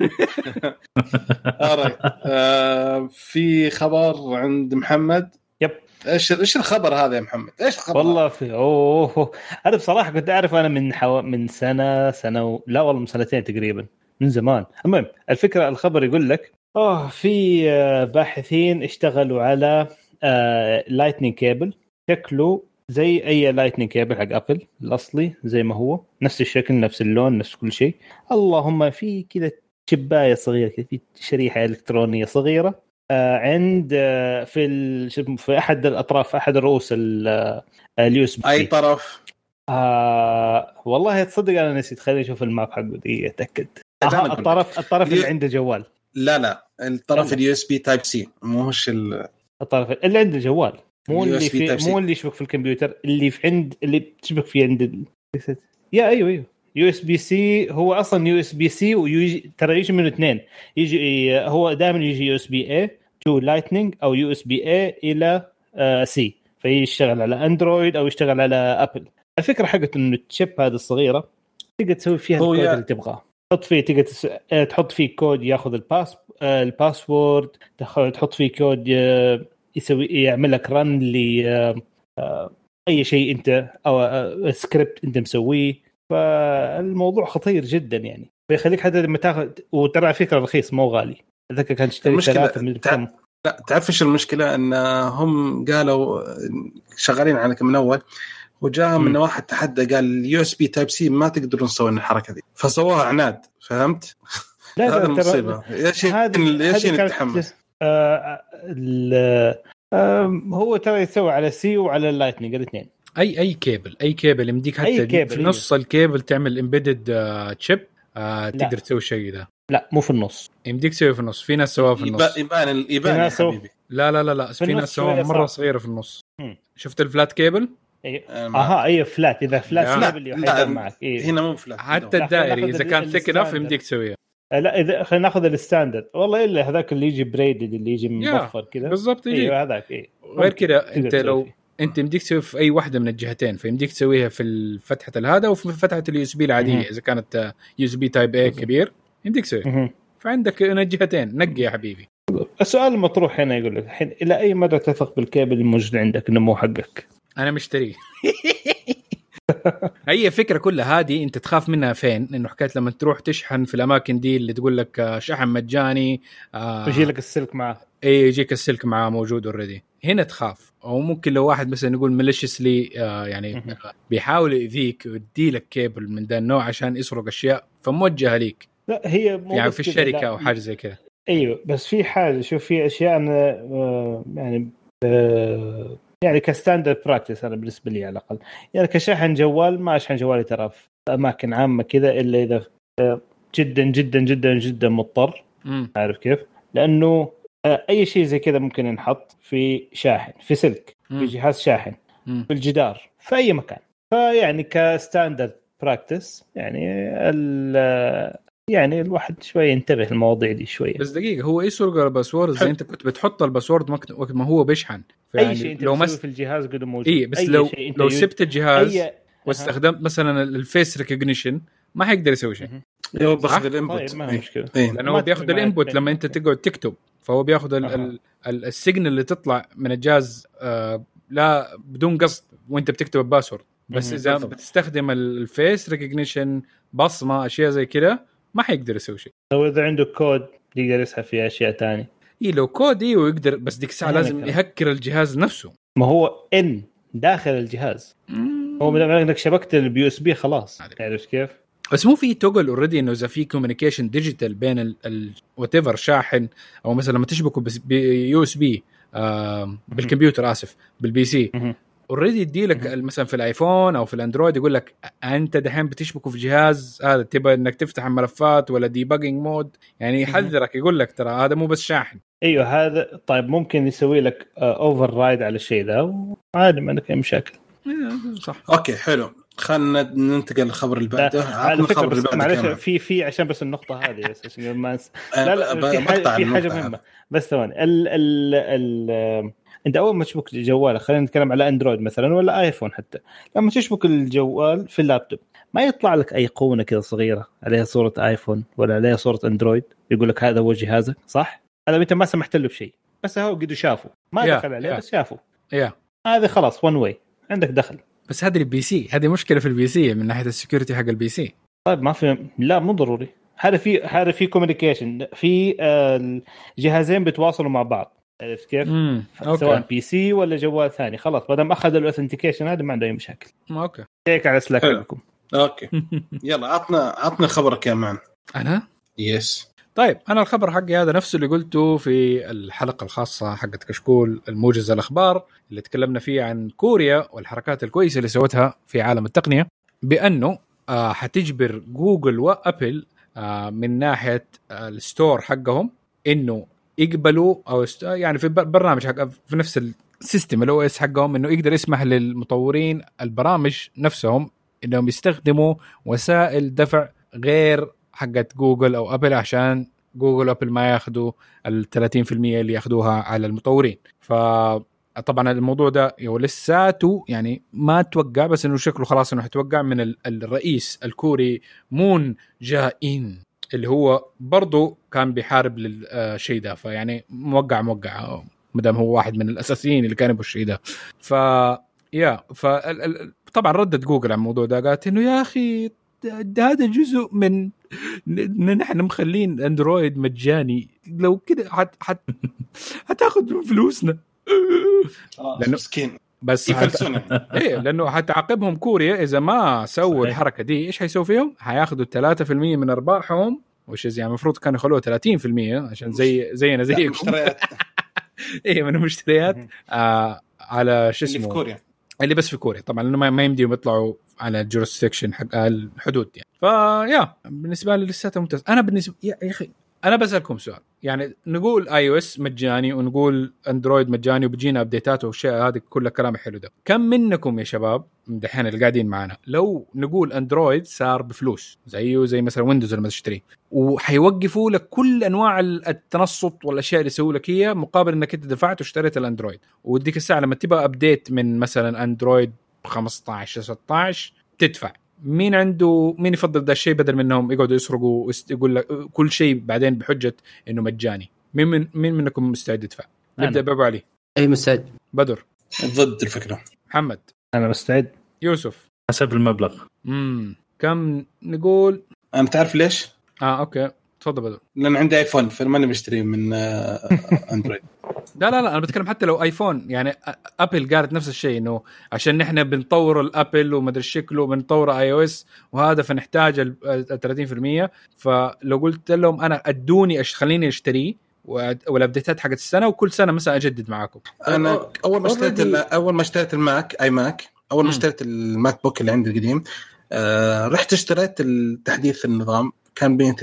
في خبر عند محمد. يب ايش الخبر هذا يا محمد؟ ايش الخبر والله في انا بصراحه كنت اعرف انا من سنه لا والله من سنتين تقريبا، من زمان. المهم الفكره الخبر يقول لك في باحثين اشتغلوا على لايتنينج كيبل شكله زي اي لايتنينج كيبل حق ابل الاصلي، زي ما هو نفس الشكل نفس اللون نفس كل شيء، اللهم في كذا شبايه صغيره كذا في شريحه الكترونيه صغيره عند في احد الاطراف احد الرؤوس اليو اس بي. اي طرف؟ والله تصدق انا نسيت، خليني اشوف الماب حقه دي اتاكد. الطرف اللي عنده جوال. لا الطرف اليو اس بي تايب سي، مو هوش الطرف اللي عنده جوال، مو اللي يشبك في الكمبيوتر، اللي في عند اللي بتشبك فيه عند ايوه يو اس بي سي. هو اصلا يو اس بي سي ترى يجي من اثنين، يجي هو دائما يجي يو اس بي اي تو لايتنينج او يو اس بي اي الى سي، فيشتغل على اندرويد او يشتغل على ابل. الفكره حقته انه الشيب هذا الصغيره تقدر تسوي فيها الكود اللي تبغاه، تحط فيه تقدر تحط فيه كود ياخذ الباسورد، تحط فيه كود يسوي يعمل لك رن ل اي شيء انت او سكريبت انت مسويه. فالموضوع خطير جدا يعني، بيخليك حتى لما تاخذ، وترى فكره رخيص مو غالي، اذا كان تشتري 3 من لا تعرف ايش المشكله؟ ان هم قالوا شغالين على من اول، وجاء من واحد تحدى قال اليو اس بي تايب سي ما تقدرون تسوون الحركه دي، فسووها عناد. فهمت؟ هذا المصيبه. ايش نتحمس؟ هو ترى يسوي على سي وعلى اللايتنينج الاثنين. اي كيبل يمديك حتى في نص الكيبل تعمل امبيدد تشيب تقدر تسوي شيء ده. لا مو في النص، يمديك تسوي في النص. في ناس سواه في النص، يبان يا حبيبي. لا في ناس سواه مره صغيره في النص. شفت الفلات كيبل؟ اي فلات. اذا فلات كيبل يحيد معك هنا مو فلات، حتى الدائري اذا كان ثيك انف يمديك تسويها. لا اذا خلينا ناخذ الستاندرد والله، الا هذاك اللي يجي بريدد اللي يجي مبفر كذا بالضبط. ايوه هذاك غير كذا انت لو انت يمديك تسوي في اي واحده من الجهتين، فيمديك تسويها في فتحه هذا وفي فتحه اليو اس بي العاديه. اذا كانت يو اس بي تايب اي كبير يمديك تسوي، فعندك الجهتين نقي يا حبيبي. السؤال المطروح هنا يقول لك الحين الى اي مدى تثق بالكابل الموجود عندك انه مو حقك؟ انا مشتريه. هي فكرة كلها هذه انت تخاف منها فين؟ انه حكاية لما تروح تشحن في الاماكن دي اللي تقول لك شحن مجاني يجي لك السلك معه. يجيك السلك معه موجود اوريدي. هنا تخاف. او ممكن لو واحد مثلا يقول ماليشيسلي يعني بيحاول يذيك ويدي لك كيبل من ذا النوع عشان يسرق اشياء فموجهه ليك. لا هي يعني في الشركة او حاجة زي كذا. ايوه بس في حاجة، شوف في اشياء أنا يعني كستاندرد براكتس انا بالنسبه لي على الاقل، يعني كشحن جوال ما اشحن جوالي ترى في اماكن عامه كذا الا اذا جدا جدا جدا جدا مضطر. عارف كيف؟ لانه اي شيء زي كذا ممكن ينحط في شاحن، في سلك، في جهاز شاحن، في الجدار، في اي مكان. فيعني كستاندرد براكتس يعني يعني الواحد شويه ينتبه المواضيع دي شويه. بس دقيقه، هو يسرق الباسورد زي انت كنت بتحط الباسورد وقت ما هو بيشحن. اي شيء انت لو في الجهاز قد موجود. ايه بس لو سبت الجهاز واستخدمت مثلا الفيس ريكوجنيشن ما حيقدر يسوي شيء. هو بياخذ الانبوت. ما مشكله لانه هو بياخذ الانبوت لما انت تقعد تكتب، فهو بياخذ السيجنال اللي تطلع من الجهاز لا بدون قصد وانت بتكتب الباسورد. بس اذا بتستخدم الفيس ريكوجنيشن بصمه اشياء زي كده ما حيقدر يسوي شيء. لو اذا عنده كود يقدر يسحب فيه اشياء تانية. لو كود ويقدر، بس ديك الساعه لازم يهكر الجهاز نفسه. ما هو ان داخل الجهاز هو من انك شبكت البي اس بي خلاص. تعرف كيف؟ بس مو في توجل اوريدي انه اذا في كوميونيكيشن ديجيتال بين وات ايفر شاحن، او مثلا لما تشبكه بيو اس بي بالكمبيوتر اسف بالبي سي اوريدي يديلك مثلا في الايفون او في الاندرويد يقول لك انت دحين بتشبكه في جهاز هذا تبغى انك تفتح الملفات ولا ديباجينج مود، يعني يحذرك يقول لك ترى هذا مو بس شاحن. ايوه هذا طيب ممكن يسوي لك اوفر رايد على الشيء ذا وعادي ما عندك اي مشاكل. صح اوكي حلو. خلينا ننتقل للخبر اللي بعده. عطنا الخبر اللي بعده. معلش في عشان بس النقطه هذه بس عشان ما لا في حاجه مهمه بس ثواني. انت اول ما تشبك الجوال، خلينا نتكلم على اندرويد مثلا ولا ايفون، حتى لما تشبك الجوال في اللابتوب ما يطلع لك ايقونه كذا صغيره عليها صوره ايفون ولا عليها صوره اندرويد يقول لك هذا هو جهازك صح؟ هذا انت ما سمحت له بشيء، بس هو قد شافه ما دخل عليه بس شافه هذا خلاص وان واي عندك دخل. بس هذا البي سي، هذه مشكله في البي سي من ناحيه السكيورتي حق البي سي. طيب ما في، لا مو ضروري. هذا في كوميونيكيشن في جهازين بيتواصلوا مع بعض. عرفت كيف؟ سواء بي سي ولا جوال ثاني خلاص ما دام اخذ الاوثنتيكيشن هذا ما عنده اي مشاكل. اوكي هيك على سلاك لكم. اوكي يلا عطنا خبرك يا مان. انا يس طيب انا الخبر حقي هذا نفسه اللي قلته في الحلقه الخاصه حقت كشكول الموجز الاخبار اللي تكلمنا فيه عن كوريا والحركات الكويسه اللي سوتها في عالم التقنيه، بانه حتجبر جوجل وابل من ناحيه الستور حقهم انه يقبلوا او يعني في برنامج حق في نفس السيستم الاو اس حقهم انه يقدر يسمح للمطورين البرامج نفسهم انهم يستخدموا وسائل دفع غير حقت جوجل او ابل، عشان جوجل وابل ما ياخذوا ال 30% اللي ياخذوها على المطورين. فطبعا الموضوع ده لساته يعني ما توقع، بس انه شكله خلاص انه حيتوقع من الرئيس الكوري مون جاين اللي هو برضو كان بيحارب للشيء ده، فيعني موقع مدام هو واحد من الاساسيين اللي كانوا بالشيء ده. طبعا ردت جوجل على الموضوع ده، قالت انه يا اخي هذا جزء من نحن مخلين اندرويد مجاني، لو كده هتاخذ فلوسنا لانه مسكين بس ايه لانه هتعاقبهم كوريا اذا ما سووا الحركه دي. ايش هيسوي فيهم؟ هياخذوا 3% من ارباحهم، وش يعني المفروض كانوا يخلوها 30% عشان زينا زيكم ايه من المشتريات على شو اسمه كوريا اللي بس في كوريا طبعا، لانه ما يمديهم يطلعوا على الجورسدكشن حق الحدود يعني. فيا بالنسبه لي لسه ممتاز. انا بالنسبه يا اخي انا بسالكم سؤال، يعني نقول اي او اس مجاني ونقول اندرويد مجاني وبيجينا ابديتات والاشياء هذه كلها كلام حلو ده، كم منكم يا شباب دحين اللي قاعدين معنا لو نقول اندرويد صار بفلوس زي مثلا ويندوز لما تشتريه وحيوقفوا لك كل انواع التنصت والاشياء اللي يسووا لك هي مقابل انك انت دفعت واشتريت الاندرويد، وديك الساعه لما تبغى ابديت من مثلا اندرويد 15 16 تدفع، مين يفضل ده الشيء بدل منهم يقعدوا يسرقوا يقول لك كل شيء بعدين بحجة انه مجاني؟ مين منكم مستعد يدفع؟ نبدأ بابو علي. اي مستعد. بدر ضد الفكرة. محمد انا مستعد. يوسف حسب المبلغ. كم نقول؟ انا تعرف ليش؟ اوكي تفضل بدر. لان عندي ايفون فماني مشتري من اندرويد. لا انا بتكلم حتى لو ايفون، يعني ابل قالت نفس الشيء انه عشان نحن بنطور الابل وما ادري شكله بنطور اي او اس وهذا فنحتاج ال 30%. فلو قلت لهم انا ادوني خليني اشتري والابديتات حقت السنه وكل سنه مثلا اجدد معاكم. انا اول ما اشتريت الماك اي ماك، اول ما اشتريت الماك بوك اللي عندي القديم رحت اشتريت التحديث النظام كان ب100 ريال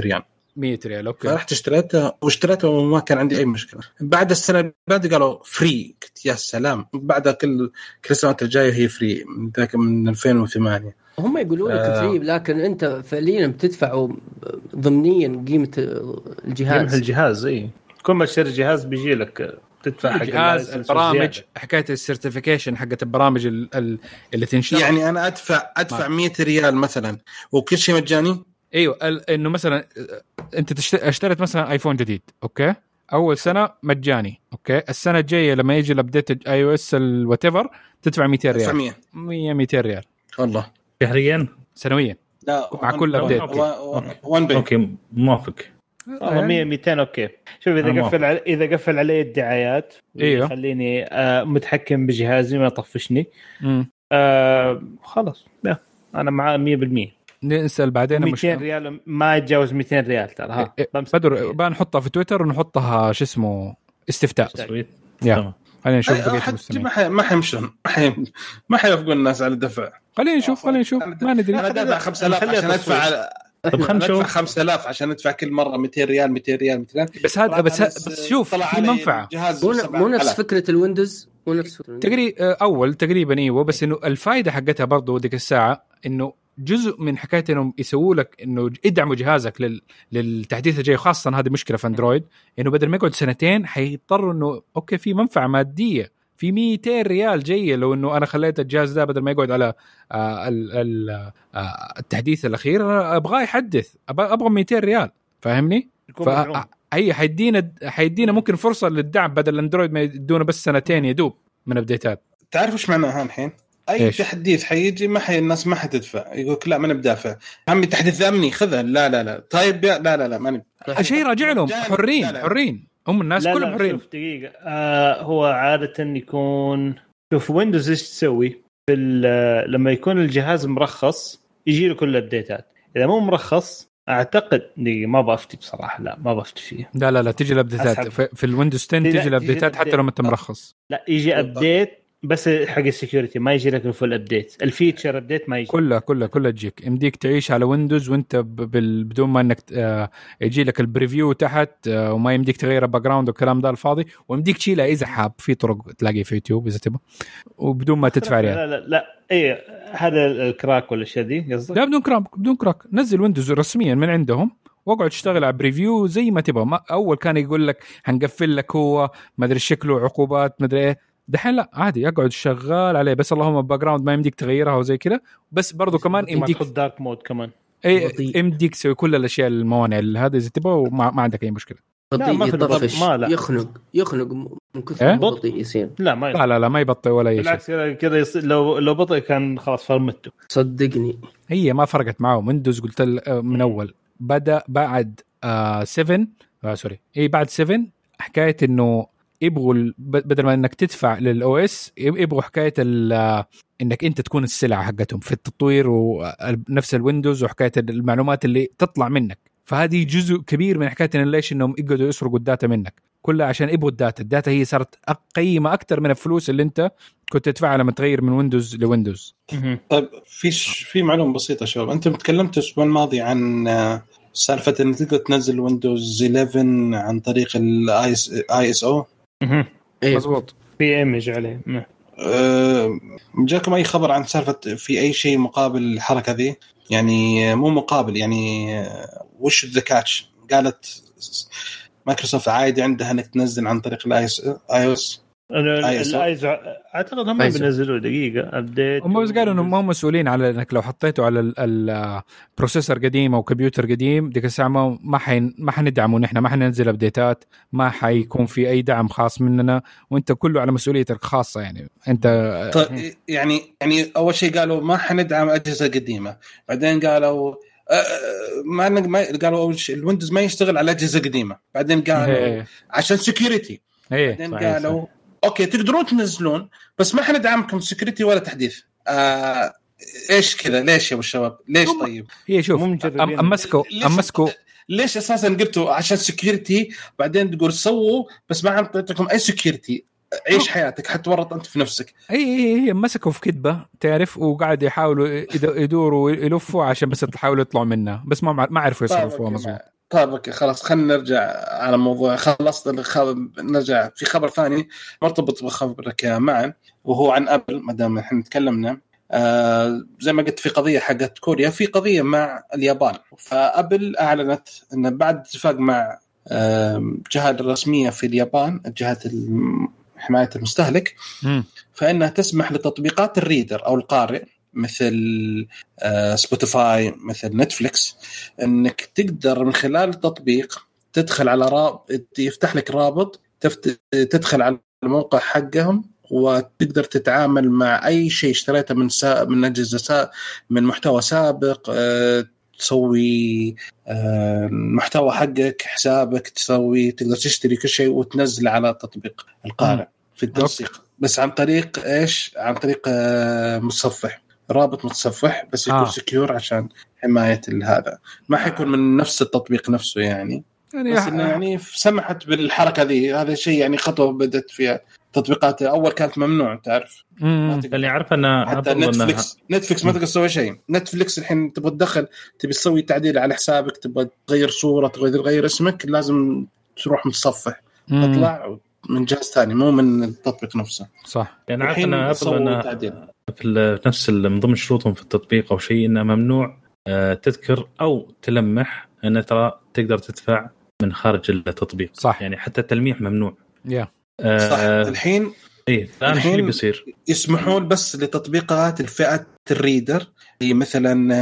100 ريال. اوكي فرحت اشتريتها وما كان عندي اي مشكله. بعد السنه اللي بعد قالوا فري، يا سلام، بعد كل السنوات الجايه هي فري من 2008. هم يقولوا لك فري لكن انت فعليا بتدفع ضمنيا قيمه الجهاز. اي كل ما تشتري جهاز بيجي لك تدفع حق الجهاز، البرامج، حكايه السيرتيفيكيشن حقت البرامج اللي تنشر. يعني انا ادفع 100 ريال مثلا وكل شيء مجاني. ايوه انه مثلا انت اشتريت مثلا ايفون جديد، اوكي، اول سنه مجاني، اوكي، السنه الجايه لما يجي الابديت اي او اس الوات ايفر تدفع 200 ريال. 200 ريال والله شهريا سنويا؟ لا مع كل ابديت. اوكي موافق. 100 200 اوكي. شوف اذا قفل علي الدعايات يخليني متحكم بجهازي ما يطفشني، خلاص انا مع 100%. نسأل بعدين. 200 ريال ما يتجاوز 200 ريال ترى. ها بدر بنحطها في تويتر ونحطها شو اسمه استفتاء. يا خلينا نشوف بقية المستمعين. ما حيوافقون الناس على الدفع. خلينا نشوف ما ندري. انا دافع 5000 عشان ادفع. طب خلينا نشوف 5000 عشان ندفع كل مره 200 ريال. بس هذا بس شوف في منفعه مو نفس فكره الويندوز، مو نفس تقريبا ايوه. بس انه الفائده حقتها برضو ديك الساعه انه جزء من حكايه انهم يسووا لك انه يدعموا جهازك للتحديث الجاي، خاصه هذه مشكله في اندرويد، انه بدل ما يقعد سنتين حيضطروا انه اوكي في منفعه ماديه في 200 ريال جايه لو انه انا خليت الجهاز ده بدل ما يقعد على التحديث الاخير ابغاه يحدث، ابغى 200 ريال، فاهمني؟ هي حيدينا ممكن فرصه للدعم بدل الاندرويد ما يدونا بس سنتين يدوب من ابديتات. تعرف ايش معناها الحين؟ اي تحديث حيجي الناس ما حتدفع، يقولك لا ما نبدافع عمي تحديث امني خذها. لا طيب لا ما نبدأ. شيء راجع لهم حرين هم الناس كلهم حرين. شوف دقيقه هو عاده يكون شوف ويندوز ايش تسوي لما يكون الجهاز مرخص يجي له كل الابديتات. اذا مو مرخص اعتقد ما بفتي بصراحه، لا ما بفتي فيه. لا تيجي الابديتات في الويندوز 10 تيجي الابديتات حتى لو انت مرخص. لا يجي ابديت بس حق السكيورتي، ما يجي لك الفول ابديت، الفيتشر ابديت ما يجي. كلها تجيك. يمديك تعيش على ويندوز وانت بدون ما انك يجي لك البريفيو تحت وما يمديك تغير الباك جراوند والكلام ده الفاضي، ويمديك تشيلها اذا حاب، في طرق تلاقي في يوتيوب اذا تبغى، وبدون ما تدفع ريال. لا ايه هذا الكراك ولا الشيء دي قصدك؟ لا بدون كراك. نزل ويندوز رسميا من عندهم واقعد تشتغل على بريفيو زي ما تبغى. اول كان يقول لك هنقفل لك هو ما ادري شكله عقوبات ما ادري ايه، دحين لا عادي اقعد شغال عليه، بس اللهم الباك جراوند ما يمديك تغيرها وزي كده. بس برضو كمان يمديك تحط دارك مود كمان، اي يمديك تسوي كل الاشياء الموانع هذا اذا تبغى وما عندك اي مشكله. يخنق من كثر بطيء يصير. ما يبطئ ولا شيء بالعكس كذا لو بطيء كان خلاص فرمته. صدقني هي ما فرقت معه. ويندوز قلت من اول بدا بعد 7 بعد 7 حكايه انه يبغوا بدل ما انك تدفع للاو اس يبغوا حكايه انك انت تكون السلعه حقتهم في التطوير ونفس الويندوز وحكايه المعلومات اللي تطلع منك. فهذه جزء كبير من حكايه ان ليش انهم يقعدوا يسرقوا الداتا منك كلها عشان يبغوا الداتا هي صارت قيمه اكثر من الفلوس اللي انت كنت تدفعها لما تغير من ويندوز لويندوز. طيب في معلومه بسيطه شباب، انتم تكلمتوا الاسبوع الماضي عن سالفه ان تقدر تنزل ويندوز 11 عن طريق الاي اس او. مزبوط، في ايمج عليه. جاكم اي خبر عن سالفه في اي شيء مقابل الحركه ذي؟ يعني مو مقابل، يعني وش الذكاتش قالت مايكروسوفت عادي عندها انك تنزل عن طريق الاي اس. اعتقد هم بينزلوا دقيقه ابديت. هم بس قالوا انهم مسؤولين على انك لو حطيته على البروسيسور قديم او كمبيوتر قديم ديك الساعه ما حندعمه نحن، ما حننزل ابديتات، ما حيكون في اي دعم خاص مننا، وانت كله على مسؤوليتك الخاصه. يعني انت طيب يعني اول شيء قالوا ما حندعم اجهزه قديمه، بعدين قالوا ما قالوا الويندوز ما يشتغل على اجهزه قديمه، بعدين قالوا عشان سكيورتي، بعدين قالوا اوكي تقدرون تنزلون بس ما حندعمكم سكيورتي ولا تحديث. ايش كذا؟ ليش يا ابو الشباب؟ ليش؟ طيب هي شوف امسكوا ليش اساسا قلتوا عشان سكيورتي، بعدين تقول سووا بس ما عطيتكم اي سكيورتي. عيش حياتك حتورط انت في نفسك. هي مسكوا في كذبه تعرف، وقاعد يحاولوا يدوروا ويلفوا عشان بس يحاولوا يطلعوا منها، بس ما عرفوا يصرفوها مظبوط. طيب خلاص خلينا نرجع على موضوع. خلصت نرجع في خبر ثاني مرتبط بخبرك يا معن، وهو عن أبل. ما دام احنا تكلمنا زي ما قلت في قضية حقت كوريا، في قضية مع اليابان. فأبل أعلنت أن بعد اتفاق مع جهات الرسمية في اليابان، جهات حماية المستهلك، فإنها تسمح لتطبيقات الريدر أو القارئ مثل سبوتيفاي مثل نتفليكس انك تقدر من خلال التطبيق تدخل على رابط، يفتح لك رابط تدخل على الموقع حقهم وتقدر تتعامل مع اي شيء اشتريته من اجهزه من محتوى سابق، تسوي المحتوى حقك حسابك، تقدر تشتري كل شيء وتنزل على تطبيق القارئ في التنسيق. بس عن طريق ايش؟ عن طريق متصفح، رابط متصفح بس يكون سكيور عشان حماية هذا. ما حيكون من نفس التطبيق نفسه يعني بس يعني سمحت بالحركة ذي. هذا شيء يعني خطوة بدأت فيها. تطبيقات أول كانت ممنوع تعرف. اللي عارف أن حتى نتفليكس ما تقدر تسوي شيء. نتفليكس الحين تبغى تدخل، تبي تسوي تعديل على حسابك، تبغى تغير صورة، تغير اسمك، لازم تروح متصفح تطلع من جهاز ثاني مو من التطبيق نفسه. صح. يعني عارف أنا في نفس من ضمن شروطهم في التطبيق أو شيء إنه ممنوع تذكر أو تلمح أن ترى تقدر تدفع من خارج التطبيق. صح. يعني حتى التلميح ممنوع. صح. الحين الحين بيصير يسمحون بس لتطبيقات الفئة الريدر، هي مثلا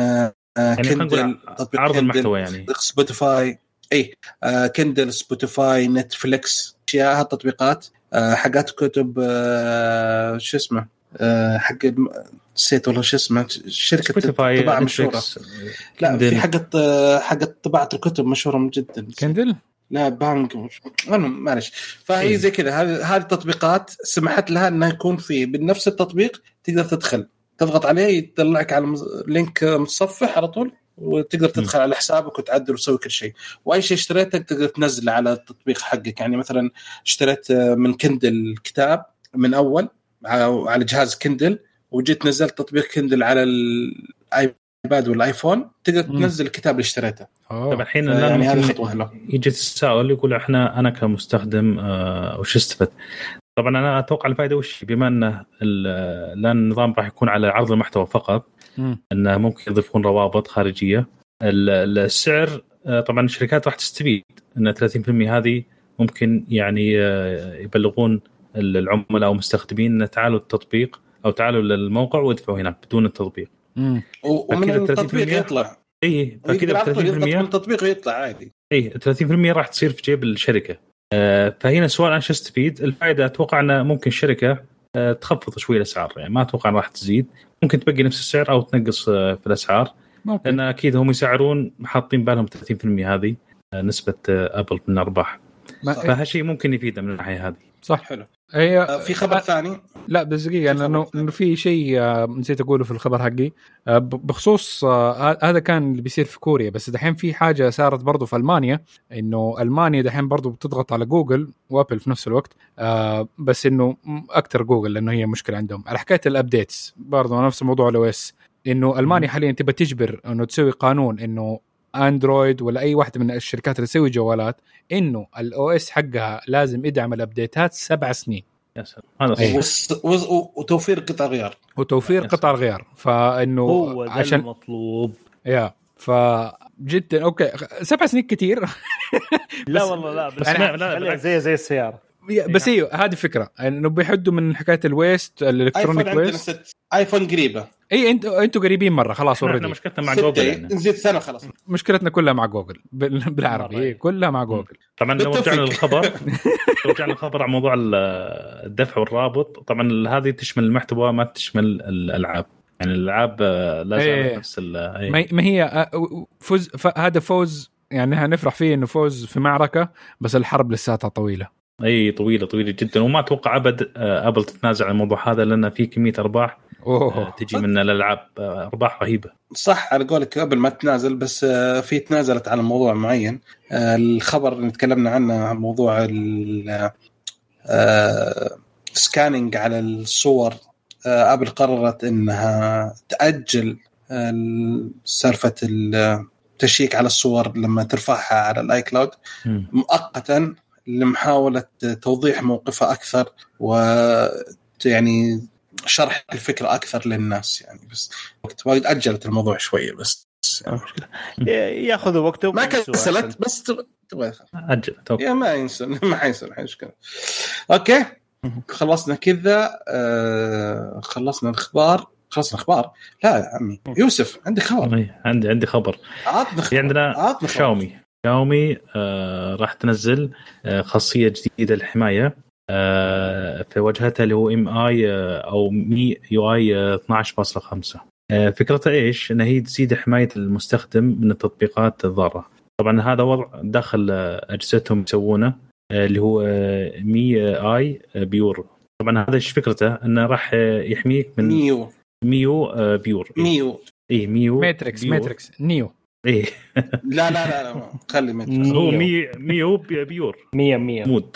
كندل، عرض المحتوى يعني سبوتيفاي، كندل، سبوتيفاي، نتفليكس، اشياء هالتطبيقات حقات كتب شو اسمه حق نسيت والله شو اسمه، شركة طباعة مشهورة. لا في حقت طباعة الكتب مشهورة جدا، كندل لا بانك معلش. فهي زي كذا. هذه التطبيقات سمحت لها انها يكون في بنفس التطبيق تقدر تدخل تضغط عليه يطلعك على لينك متصفح على طول، وتقدر تدخل على حسابك وتعدل وتسوي كل شيء. واي شيء اشتريته تقدر تنزله على التطبيق حقك. يعني مثلا اشتريت من كندل كتاب من اول على جهاز كندل، وجيت نزلت تطبيق كندل على الايباد والايفون، تقدر تنزل الكتاب اللي اشتريته. طبعا الحين يعني هذه خطوه حلوه. يجي السؤال يقول انا كمستخدم وش استفدت؟ طبعا انا اتوقع الفائده وش، بما انه لان النظام راح يكون على عرض المحتوى فقط، انه ممكن يضيفون روابط خارجيه. السعر طبعا الشركات راح تستفيد ان 30% هذه ممكن يعني يبلغون العملاء او المستخدمين ان تعالوا التطبيق او تعالوا للموقع وادفعوا هناك بدون التطبيق، ومن التطبيق يطلع. فكذا 30% من التطبيق يطلع عادي. 30% راح تصير في جيب الشركه. فهنا سؤال انا شو استفيد؟ الفائده اتوقع ان ممكن الشركه تخفض شويه الاسعار، يعني ما اتوقع راح تزيد، ممكن تبقي نفس السعر او تنقص في الاسعار، لان اكيد هم يسعرون حاطين بالهم 30% هذه نسبه ابل من الارباح، فهالشيء ممكن يفيده من الناحيه هذه. صح. حلو. هي في خبر ثاني، لا بس دقيقه، انه في شيء نسيت اقوله في الخبر حقي بخصوص هذا كان اللي بيصير في كوريا، بس دحين في حاجه صارت برضو في المانيا، انه المانيا دحين برضو بتضغط على جوجل وابل في نفس الوقت، بس انه اكثر جوجل لانه هي مشكله عندهم على حكايه الابديتس. برضو نفس الموضوع الاو اس، انه المانيا حاليا تبى تجبر انه تسوي قانون انه اندرويد ولا اي واحده من الشركات اللي تسوي جوالات انه الاو اس حقها لازم يدعم الابديتات 7 سنين. يا سلام. وتوفير قطع غيار قطع غيار، فانه هو عشان المطلوب فجدا اوكي 7 سنين كتير. لا والله لا، بس لا زي السياره. بس ايوه هذه فكره انه بيحدوا من حكايه الويست الالكترونيك ويست. ايفون قريبه. اي انتوا قريبين مره خلاص اوريدي. احنا مشكلتنا مع جوجل يعني. نزيد سنه خلاص. مشكلتنا كلها مع جوجل بالعربي كلها مع جوجل. طبعا لو رجعنا للخبر عن موضوع الدفع والرابط، طبعا هذه تشمل المحتوى ما تشمل الالعاب، يعني الالعاب لازم نفس ما هي فوز. هذا فوز يعني هنفرح فيه انه فوز في معركه، بس الحرب لساتها طويله. طويله جدا، وما اتوقع ابد ابل تتنازع عن الموضوع هذا، لان في كميه ارباح تجي من الالعاب، ارباح رهيبه. صح على قولك قبل ما تنازل، بس في تنازلت على موضوع معين. الخبر اللي تكلمنا عنه موضوع سكانينج على الصور. ابل قررت انها تاجل سالفه تشيك على الصور لما ترفعها على الاي كلاود مؤقتا لمحاولة توضيح موقفها أكثر ويعني شرح الفكرة أكثر للناس يعني. بس وقت وايد أجلت الموضوع شوية بس ياخذ وقته ما كسلت بس تبغى أجلت يا ما ينسون ما حينسون مشكلة. أوكي خلصنا كذا خلصنا الأخبار لا يا عمي يوسف عندي خبر عندي خبر عندنا شاومي راح تنزل خاصية جديدة للحماية في واجهتها اللي هو MI أو مي UI 12.5. فكرتها إيش؟ إن هي تزيد حماية المستخدم من التطبيقات الضارة. طبعا هذا وضع داخل أجهزتهم يسوونه اللي هو مي آي بيور. طبعا هذا إيش فكرته؟ إنه راح يحميك من ميو بيور ميو ماتريكس نيو لا خلي ماتريكس هو ميو بيور 100 مود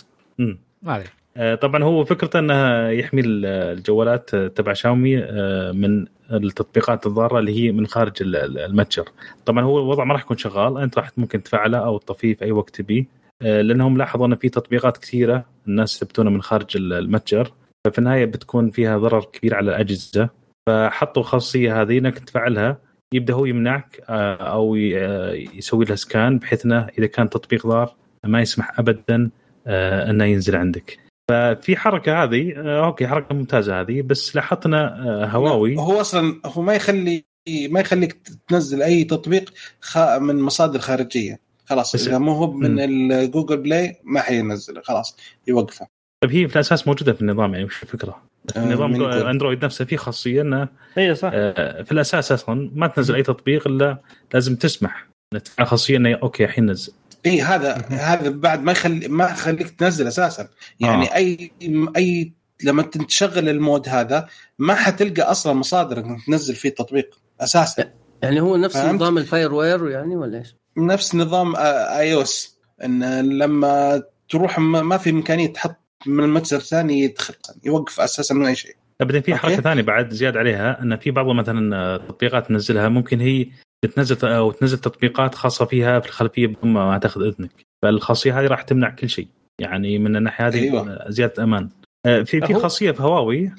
طبعا هو فكرته انها يحمي الجوالات تبع شاومي من التطبيقات الضاره اللي هي من خارج المتجر. طبعا هو الوضع ما راح يكون شغال، انت راح ممكن تفعله او تطفيه في اي وقت تبي، لانهم لاحظوا ان في تطبيقات كثيره الناس يثبتونها من خارج المتجر، ففي النهايه بتكون فيها ضرر كبير على الاجهزه. فحطوا الخاصيه هذه انك تفعلها يبدا هو يمنعك او يسوي لها سكان بحيث انه اذا كان تطبيق ضار ما يسمح ابدا انه ينزل عندك. ففي حركه هذه اوكي حركه ممتازه هذه، بس لاحظنا هواوي هو اصلا هو ما يخليك تنزل اي تطبيق من مصادر خارجيه خلاص، اذا مو هو من الجوجل بلاي ما حينزل خلاص يوقفه. طيب هي في الاساس موجوده في النظام يعني وش الفكره؟ نظام اندرويد نفسه فيه خاصيه انه صح في الاساس اصلا ما تنزل اي تطبيق الا لازم تسمح تفعل خاصيه انه اوكي الحين نزل. هذا بعد ما يخليك تنزل اساسا يعني اي لما تشغل المود هذا ما حتلقى اصلا مصادر انك تنزل فيه تطبيق اساسا. يعني هو نفس نظام الفاير وير يعني ولا ايش؟ نفس نظام iOS ان لما تروح ما في امكانيه تحط من المتجر ثاني يدخل يوقف اساسا من اي شيء. ابدا في حركه ثانيه بعد زياده عليها ان في بعض مثلا تطبيقات تنزلها ممكن هي بتنزل او تنزل تطبيقات خاصه فيها في الخلفيه بدون ما تاخذ اذنك، فالخاصيه هذه راح تمنع كل شيء يعني من الناحيه هذه. أيوة. زياده امان. في خاصيه في هواوي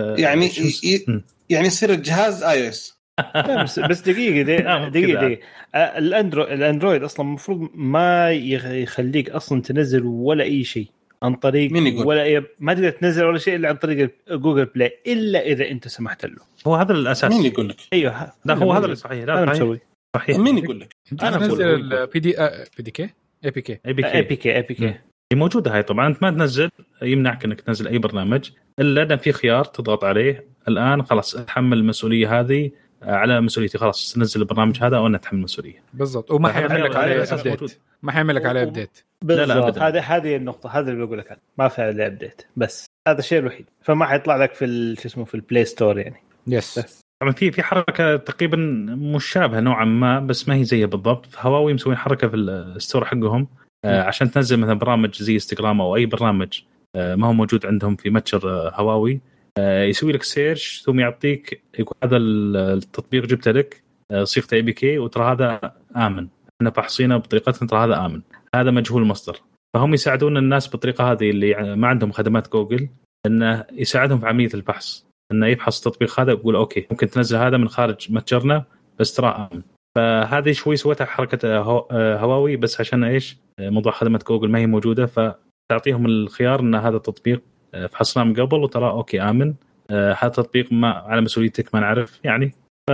يعني يصير الجهاز iOS بس دقيقه الاندرويد اصلا المفروض ما يخليك اصلا تنزل ولا اي شيء عن طريق ولا ما تقدر تنزل ولا شيء الا عن طريق جوجل بلاي الا اذا انت سمحت له. هو هذا الاساس. مين يقول لك؟ ايوه لا هو هذا اللي صحيح. لا صحيح. مين يقول لك؟ انا انزل البي دي كي اي بي كي موجوده هاي. طبعا انت ما تنزل يمنعك انك تنزل اي برنامج الا اذا في خيار تضغط عليه الان خلاص اتحمل المسؤوليه هذه على مسؤوليتي، خلاص تنزل البرنامج هذا وانا اتحمل المسؤوليه بالضبط. وما حيعمل لك عليه ابديت، ما حيعمل لك عليه ابديت. لا هذه النقطه، هذا اللي بقول لك ما في عليه ابديت، بس هذا الشيء الوحيد. فما حيطلع لك في شو اسمه في البلاي ستور يعني. يس طبعا في حركه تقريبا مشابهه نوعا ما بس ما هي زيها بالضبط. هواوي مسوين حركه في الستور حقهم عشان تنزل مثلا برامج زي انستغرام او اي برنامج ما هو موجود عندهم في متجر هواوي، يسوي لك سيرش ثم يعطيك يقول هذا التطبيق جبته لك صيغه اي بي كي وترى هذا امن، احنا فحصينا بطريقتنا ترى هذا امن، هذا مجهول المصدر. فهم يساعدون الناس بالطريقه هذه اللي ما عندهم خدمات جوجل انه يساعدهم في عمليه البحث، انه يبحث التطبيق هذا ويقول اوكي ممكن تنزل هذا من خارج متجرنا بس ترى امن. فهذه شوي سوتها حركه هواوي بس عشان ايش؟ موضوع خدمه جوجل ما هي موجوده، فتعطيهم الخيار ان هذا التطبيق فحصناه من قبل وترى اوكي امن، هذا التطبيق ما على مسؤوليتك ما نعرف يعني.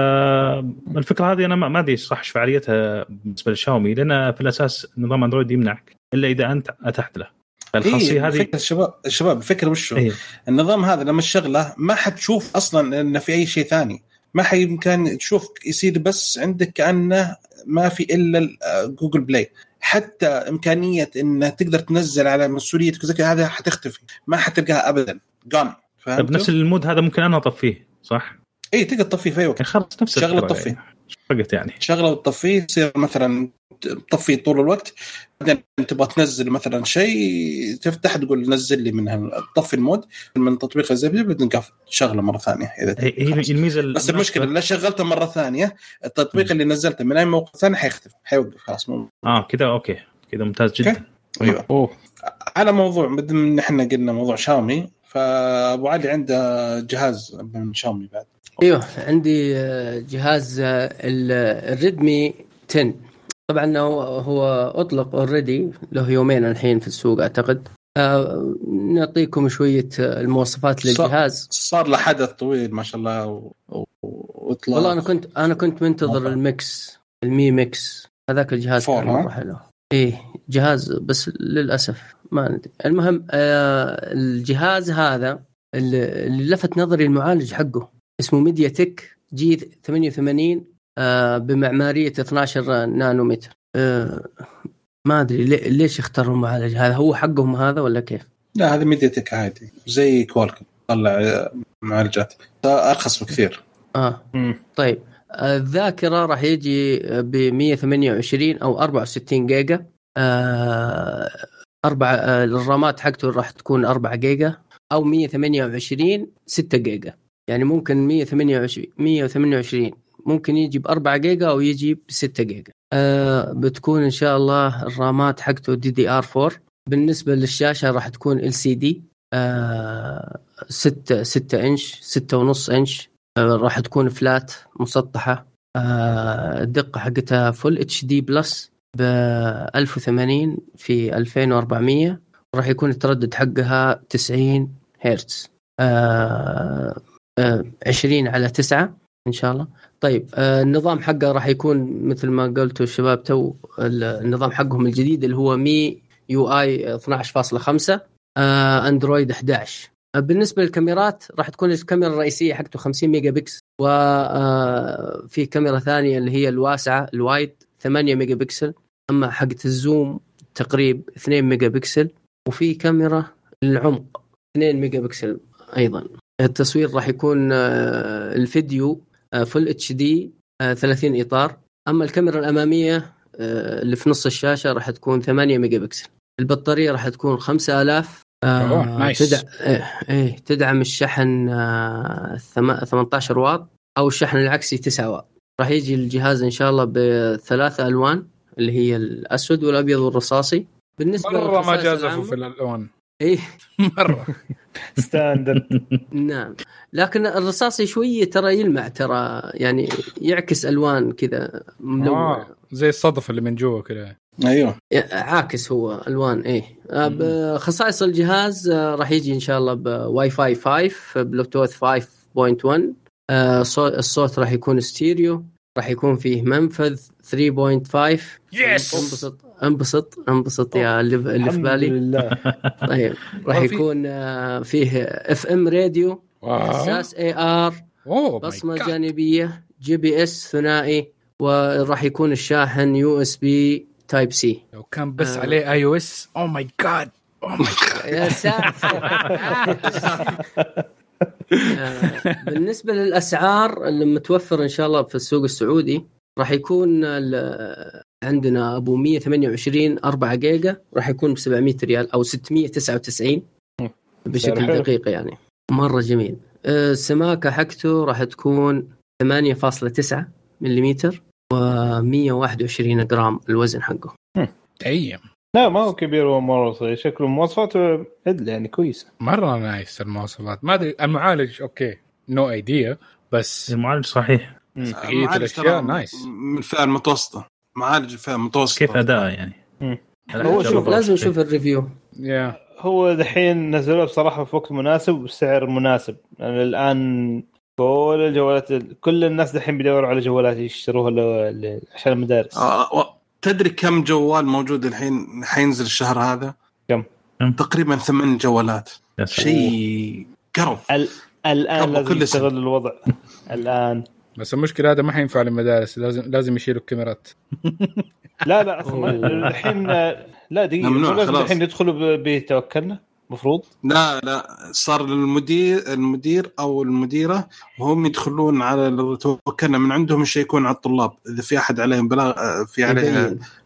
الفكره هذه انا ما ادري صح فعاليتها بالنسبه للشاومي، لان في الاساس نظام اندرويد يمنعك الا اذا انت اتحت له. الخاصيه هذه الشباب الفكره وش النظام هذا لما تشغله ما حتشوف اصلا انه في اي شيء ثاني، ما حيمكن تشوف يصير بس عندك كأنه ما في الا جوجل بلاي. حتى امكانيه ان تقدر تنزل على مسؤوليتك زي هذا حتختفي، ما حتلقاها ابدا جون. طيب نفس المود هذا ممكن انا اطفيه صح؟ اي تقدر تطفيه في اي وقت، خلاص نفس شغله تطفيه فقط يعني شغله وتطفيه، يصير مثلا تطفيه طول الوقت تبغى تنزل مثلا شيء تفتح تقول نزل لي منها طفي المود من تطبيق الزبده بتنقف شغله مره ثانيه اذا هي الميزه. بس المشكله لا شغلته مره ثانيه التطبيق اللي نزلته من اي موقع ثاني حيختفي حيوقف خلاص. كذا اوكي كذا ممتاز جدا. ايوه على موضوع بدل من احنا قلنا موضوع شاومي فابو علي عنده جهاز من شاومي بعد. ايوه عندي جهاز الريدمي 10 طبعا هو اطلق اوريدي له يومين الحين في السوق اعتقد. نعطيكم شويه المواصفات للجهاز. صار له حدث طويل ما شاء الله واطلاق. والله انا كنت منتظر الميكس المي ميكس هذاك الجهاز كان مره حلو. جهاز بس للاسف ما ندري. المهم الجهاز هذا اللي لفت نظري المعالج حقه اسمه ميديا تك جي 88 بمعمارية 12 نانومتر. ما أدري ليش اختاروا المعالج هذا. هو حقهم هذا ولا كيف؟ لا هذا ميديا تك عادي زي كوالكم طلع معالجات أرخص بكثير. طيب الذاكرة راح يجي ب 128 أو 64 جيجا. الرامات حقته راح تكون 4 جيجا أو 128 6 جيجا. يعني ممكن 128 ممكن يجي ب4 جيجا أو يجي ب6 جيجا. بتكون إن شاء الله الرامات حقته DDR4. بالنسبة للشاشة راح تكون LCD 6 إنش 6.5 إنش. راح تكون فلات مسطحة. الدقة حقتها فول HD بلس ب 1080 في 2400. راح يكون التردد حقها 90 هرتز 20/9 إن شاء الله. طيب النظام حقه راح يكون مثل ما قلتوا الشباب تو النظام حقهم الجديد اللي هو مي UI 12.5 أندرويد 11. بالنسبة للكاميرات راح تكون الكاميرا الرئيسية حقته 50 ميجا بكسل وفي كاميرا ثانية اللي هي الواسعة الوايد 8 ميجا بكسل. أما حقة الزوم تقريب 2 ميجا بكسل وفي كاميرا العمق 2 ميجا بكسل أيضا. التصوير راح يكون الفيديو فل HD 30 إطار. أما الكاميرا الأمامية اللي في نص الشاشة راح تكون 8 ميجا بكسل. البطارية راح تكون 5000. تدعم الشحن 18 واط أو الشحن العكسي 9 واط. راح يجي الجهاز إن شاء الله ب3 ألوان اللي هي الأسود والأبيض والرصاصي. بالنسبة مرة ما جازفوا في الألوان مرة ستاندرد. نعم لكن الرصاصي شوية ترى يلمع ترى يعني يعكس ألوان كذا ملونة زي الصدف اللي من جوا كذا. أيوه عاكس هو ألوان. بخصائص الجهاز راح يجي إن شاء الله بواي فاي 5 بلوتوث 5.1. الصوت راح يكون ستيريو. راح يكون فيه منفذ 3.5. يس انبسط يا اللي في بالي. طيب راح يكون فيه FM راديو حساس AR بصمة جانبية GPS ثنائي. وراح يكون الشاحن USB Type C. لو كان بس عليه iOS oh my god يا ساتر. بالنسبة للأسعار اللي متوفر إن شاء الله في السوق السعودي راح يكون عندنا أبو 128 4 جيجا راح يكون ب700 ريال أو 699 بشكل دقيق يعني مرة جميل. السماكة حقته راح تكون 8.9 مليمتر و121 جرام الوزن حقه. أيام لا ما هو كبير ومرة صغير. شكله مواصفاته عدل يعني كويسة مرة نايس. المواصفات ما أدري. المعالج أوكي نو أيديا بس المعالج صحيح. الأشياء نايس من الفئة المتوسطة. معالج فئة متوسطة كيف أداء يعني. هو شوف لازم نشوف الريفيو. هو دحين نزلوه بصراحة في وقت مناسب وسعر مناسب. يعني الآن كل الجوالات كل الناس دحين بيدوروا على جوالات يشتروها عشان المدارس. تدري كم جوال موجود الحين حينزل الشهر هذا؟ كم؟ تقريبا 8 جوالات. شيء قرف. الآن لازم يشتغل الوضع الآن. بس المشكلة هذا ما حينفع للمدارس. لازم يشيلوا الكاميرات. لا الحين لا دقيقة لازم الحين يدخلوا بتوكلنا مفروض. لا صار المدير أو المديرة وهم يدخلون على توكلنا من عندهم الشيء يكون على الطلاب إذا في أحد عليهم بلاغ في عليه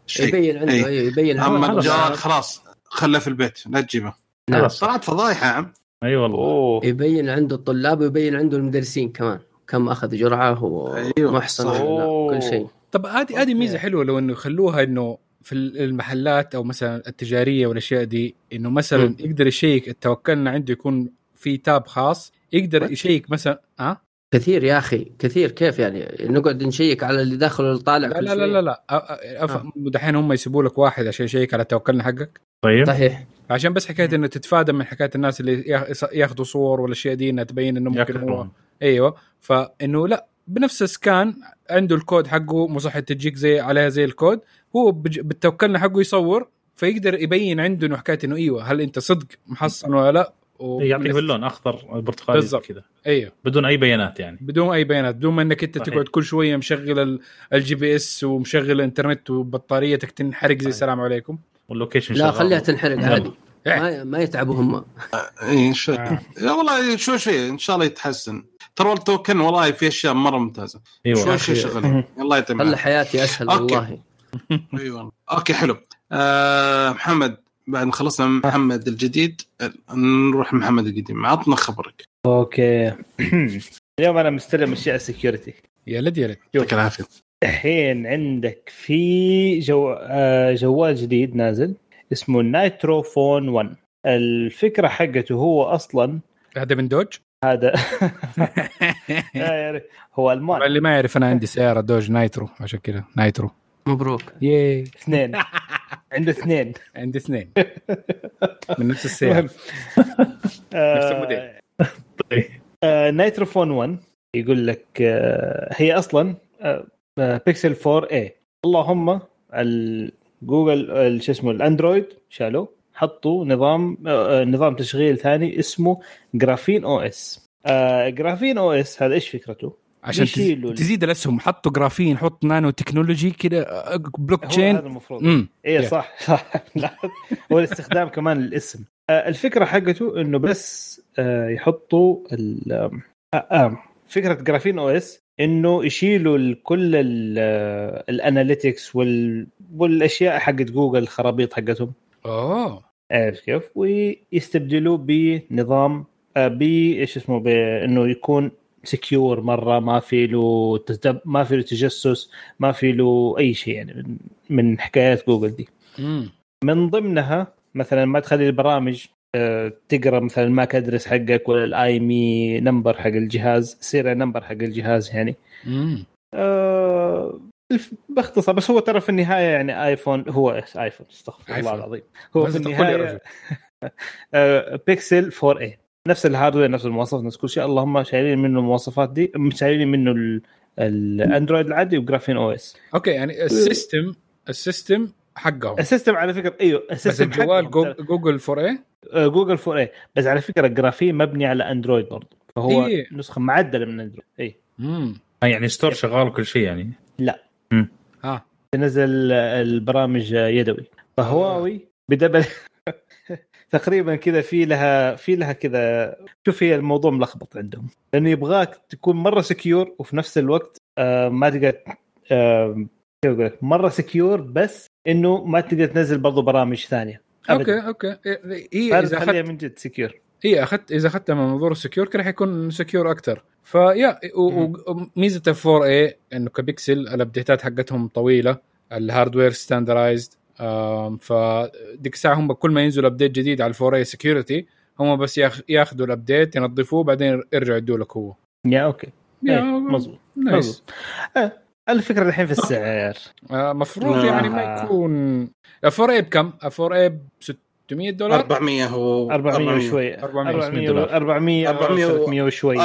يبين عنده يبين اما الجوال خلاص خله في البيت لا تجيبه. طلعت فضايحه عم. اي والله. يبين عنده الطلاب ويبين عنده المدرسين كمان كم اخذ جرعه ومحصن كل شيء. طب هذه ميزه حلوه لو انه يخلوها انه في المحلات او مثلا التجاريه والاشياء دي انه مثلا يقدر يشيك توكلنا عنده يكون في تاب خاص يقدر يشيك مثلا كثير يا اخي كثير. كيف يعني نقعد نشيك على اللي داخل واللي طالع لا لا لا لا دحين هم يسيبوا لك واحد عشان يشيك على توكلنا حقك. طيب صحيح عشان بس حكايه انه تتفادى من حكايه الناس اللي ياخذوا صور والاشياء دي انها تبين انه ممكن هو ايوه فانه لا بنفس السكان عنده الكود حقه مصحة تجيك زي عليها زي الكود هو بالتوكلنا حقه يصور فيقدر يبين عنده انه حكايه انه ايوه هل انت صدق محصن ولا لا يعطيه اللون اخضر برتقالي كذا ايوه بدون اي بيانات يعني بدون اي بيانات بدون ما انك انت تقعد كل شويه مشغل الجي بي اس ومشغل الانترنت وبطاريتك تنحرق زي السلام عليكم واللوكيشن لا خليها تنحرق عادي ما يتعبوا هم اي لا والله شوي ان شاء الله يتحسن. ترى التوكن والله في اشياء مره ممتازه شوي شغل الله يتمم خلي حياتي اسهل والله. ايوه اوكي حلو. محمد بعد ما خلصنا محمد الجديد نروح محمد القديم عطنا خبرك. اوكي اليوم انا مستلم اشياء سكيورتي يا لد يعطيك العافيه. الحين عندك في جوال جديد نازل اسمه نايترو فون 1. الفكره حقته هو اصلا هذا من دوج هذا هو المان. اللي ما يعرف انا عندي سياره دوج نايترو عشان كذا نايترو. مبروك. ياي 2 عنده 2 عندي 2 من نفس السياره نفس الموديل. نايترو فون 1 يقول لك هي اصلا بيكسل 4a. اللهم جوجل شو اسمه الاندرويد شالوه حطوا نظام تشغيل ثاني اسمه جرافين او اس. جرافين او اس هذا ايش فكرته؟ عشان تزيد الاسهم حطوا جرافين حط نانو تكنولوجي كده بلوك تشين. هذا المفروض ايه صح لا هو الاستخدام كمان الاسم. الفكره حقته انه بس يحطوا فكره جرافين او اس انه يشيلوا كل الاناليتكس والاشياء حقت جوجل الخرابيط حقتهم عارف كيف ويستبدلوا بنظام ايش اسمه انه يكون سكيور مره ما في له تجسس ما في له اي شيء يعني من حكايات جوجل دي. من ضمنها مثلا ما تخلي البرامج تقرا مثلا الماك ادرس حقك ولا الاي مي نمبر حق الجهاز سيريال نمبر حق الجهاز يعني باختصار. بس هو ترى في النهايه يعني ايفون هو ايفون استغفر الله العظيم هو في النهايه بيكسل 4a نفس الهاردوير نفس المواصفات نفس كل شيء. اللهم شايلين منه المواصفات دي مش شايلين منه الاندرويد العادي وجرافين او اس. اوكي يعني السيستم حقهم السيستم على فكره ايوه السيستم جوال جوجل 4a جوجل 4a بس على فكره الجرافين مبني على اندرويد برضه فهو نسخه معدله من اندرويد. يعني ستور شغال كل شيء يعني لا تنزل البرامج يدوي. فهواوي بدبل تقريبا كذا في لها كذا شوف هي الموضوع ملخبط عندهم لانه يبغاك تكون مره سكيور وفي نفس الوقت ما تقدر مره سكيور بس انه ما تقدر تنزل برضو برامج ثانيه. اوكي هي اذا خليها من جد سكيور هي اذا اخذتها من منظور السكيور كده حيكون سكيور اكتر. فيا وميزه 4A انه كبيكسل الابديتات حقتهم طويله الهاردوير ستاندرايزد. فديك الساعه هم كل ما ينزل ابديت جديد على 4A سكيورتي هم بس ياخذوا الابديت ينظفوه بعدين يرجعوا يدوا لك هو. يا اوكي مظبوط. الفكره الحين في السعر مفروض يعني ما يكون 4A بكم 4A $600 400 وشوي 400 وشوي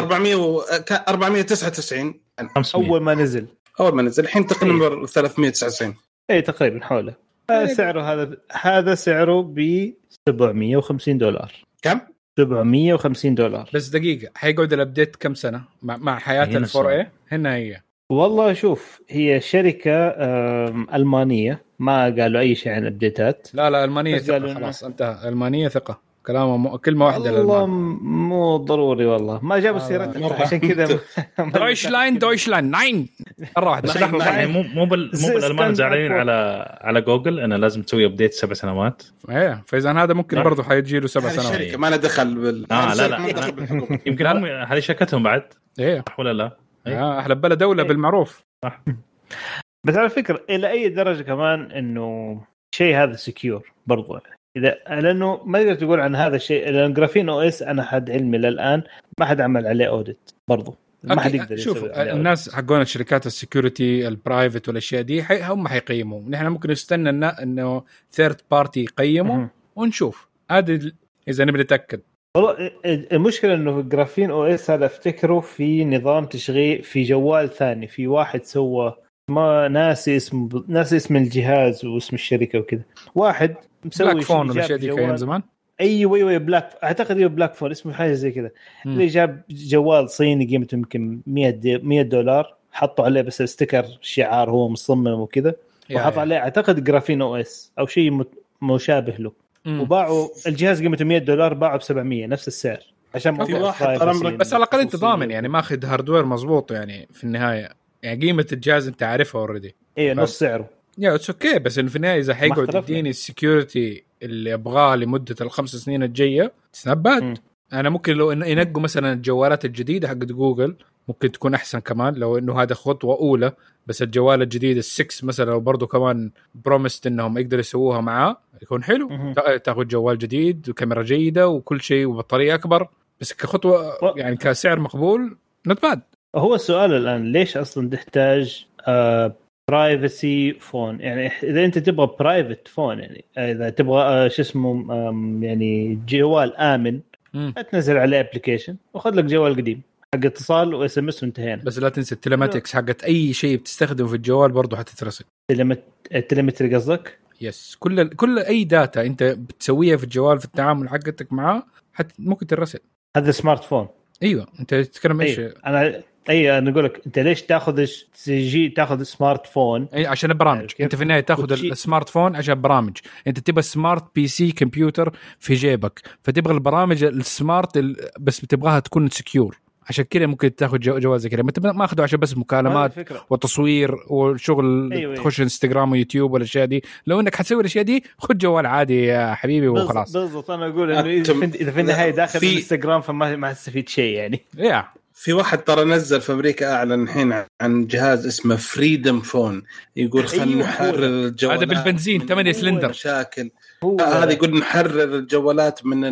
499 اول ما نزل الحين تقريبا 399 اي تقريبا حوله. سعره هذا سعره ب $750. كم $750 بس دقيقه حيقعد الابديت كم سنه مع حياه ال4A هنا هي والله شوف هي شركة ألمانية ما قالوا أي شيء عن الابديتات. لا ألمانية ثقة خلاص انتهى. ألمانية ثقة كلامه كلمة واحدة والله مو ضروري والله ما جابوا سيرتها عشان كذا دويشلاند ناين مره واحده. بس يعني مو بالالمان زعلانين على جوجل انه لازم تسوي ابديت 7 سنوات. ايه فاذا هذا ممكن برضه حيجي له 7 سنوات. الشركه ما له دخل لا يمكن هذه شركتهم بعد. ايه صح ولا لا؟ احلى بلا دوله بالمعروف. صح. بس على فكره الى اي درجه كمان انه شيء هذا سكيور برضه، اذا لانه ما تقدر تقول عن هذا الشيء، لان جرافين او اس انا حد علمي للان ما حد عمل عليه اوديت برضه، ما حد يقدر شوف الناس حقون الشركات السكيورتي البرايفت والاشياء دي هم حيقيموا. نحن ممكن نستنى انه ثيرد بارتي يقيموا ونشوف هذا اذا نبي نتاكد. والله المشكله انه في جرافين او اس هذا افتكروا في نظام تشغيل في جوال ثاني، في واحد سوى ما ناسي اسم الجهاز واسم الشركه وكذا، واحد مسوي بلاك فون ولا شيء دي كان زمان. ايوه بلاك اعتقد بلاك فون اسمه حاجه زي كذا. اللي جاب جوال صيني قيمته يمكن $100 حطوا عليه بس ستيكر شعار هو مصمم وكذا، وحط عليه اعتقد جرافين او اس او شيء مشابه له، وباعوا الجهاز قيمته $100 باعوا ب700 نفس السعر عشان في واحد بس على الاقل انت ضامن يعني ماخذ هاردوير مزبوط يعني في النهايه، يعني قيمه الجهاز انت عارفها اوريدي. ايه نص سعره يا اتس اوكي. بس في النهايه اذا حيقعد يديني السكيورتي اللي ابغاه لمده ال5 سنين الجايه تسنبات. انا ممكن لو انه ينقوا مثلا الجوالات الجديده حق جوجل ممكن تكون احسن كمان، لو انه هذا خطوه اولى. بس الجوال الجديد ال6 مثلا وبرضه كمان بروميست انهم يقدروا يسووها معاه يكون حلو. تاخذ جوال جديد وكاميرا جيده وكل شيء وبطاريه اكبر، بس كخطوه يعني كسعر مقبول not bad. هو السؤال الان ليش اصلا تحتاج برايفسي فون؟ يعني اذا انت تبغى برايفت فون، يعني اذا تبغى شو اسمه يعني جوال امن، تنزل عليه ابلكيشن وخذ لك جوال قديم حق اتصال واس ام اس وانتهينا. بس لا تنسى التلماتكس حقت اي شيء بتستخدمه في الجوال برضه حتترسل. التلمتري قصدك؟ يس كل اي داتا انت بتسويها في الجوال في التعامل حقتك معاه ممكن ترسل. هذا سمارت فون. ايوه انت تتكلم ايش؟ انا اقول لك انت ليش تاخذ تاخذ سمارت فون؟ اي عشان البرامج. انت في النهايه تاخذ السمارت فون عشان برامج. انت تبغى سمارت بي سي كمبيوتر في جيبك، فتبغى البرامج السمارت بس بتبغاها تكون سكيور. عشان كده ممكن تاخذ جوال زي كده. ما اخذه عشان بس مكالمات وتصوير وشغل. أيوة. تخش انستغرام ويوتيوب والاشياء دي. لو انك حتسوي الاشياء دي خذ جوال عادي يا حبيبي وخلاص. بالضبط. انا اقول انه اذا في النهايه داخل انستغرام فما هتستفيد شيء يعني. في واحد ترى نزل في أمريكا أعلن الحين عن جهاز اسمه فريدم فون، يقول خلنا نحرر الجوالات. هذا بالبنزين 8 سلندر مشاكل. هذا يقول نحرر الجوالات من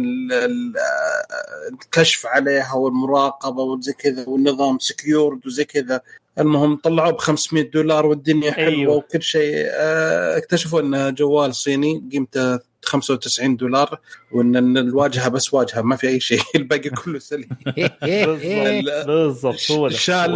الكشف عليها والمراقبة وزي كذا والنظام سكيورد وزي كذا. المهم طلعوا $500 والدنيا حلوة. أيوة. وكل شيء. اكتشفوا أن جوال صيني قيمته $95 وان الواجهه بس واجهه ما في اي شيء، الباقي كله سليم. بالضبط. هو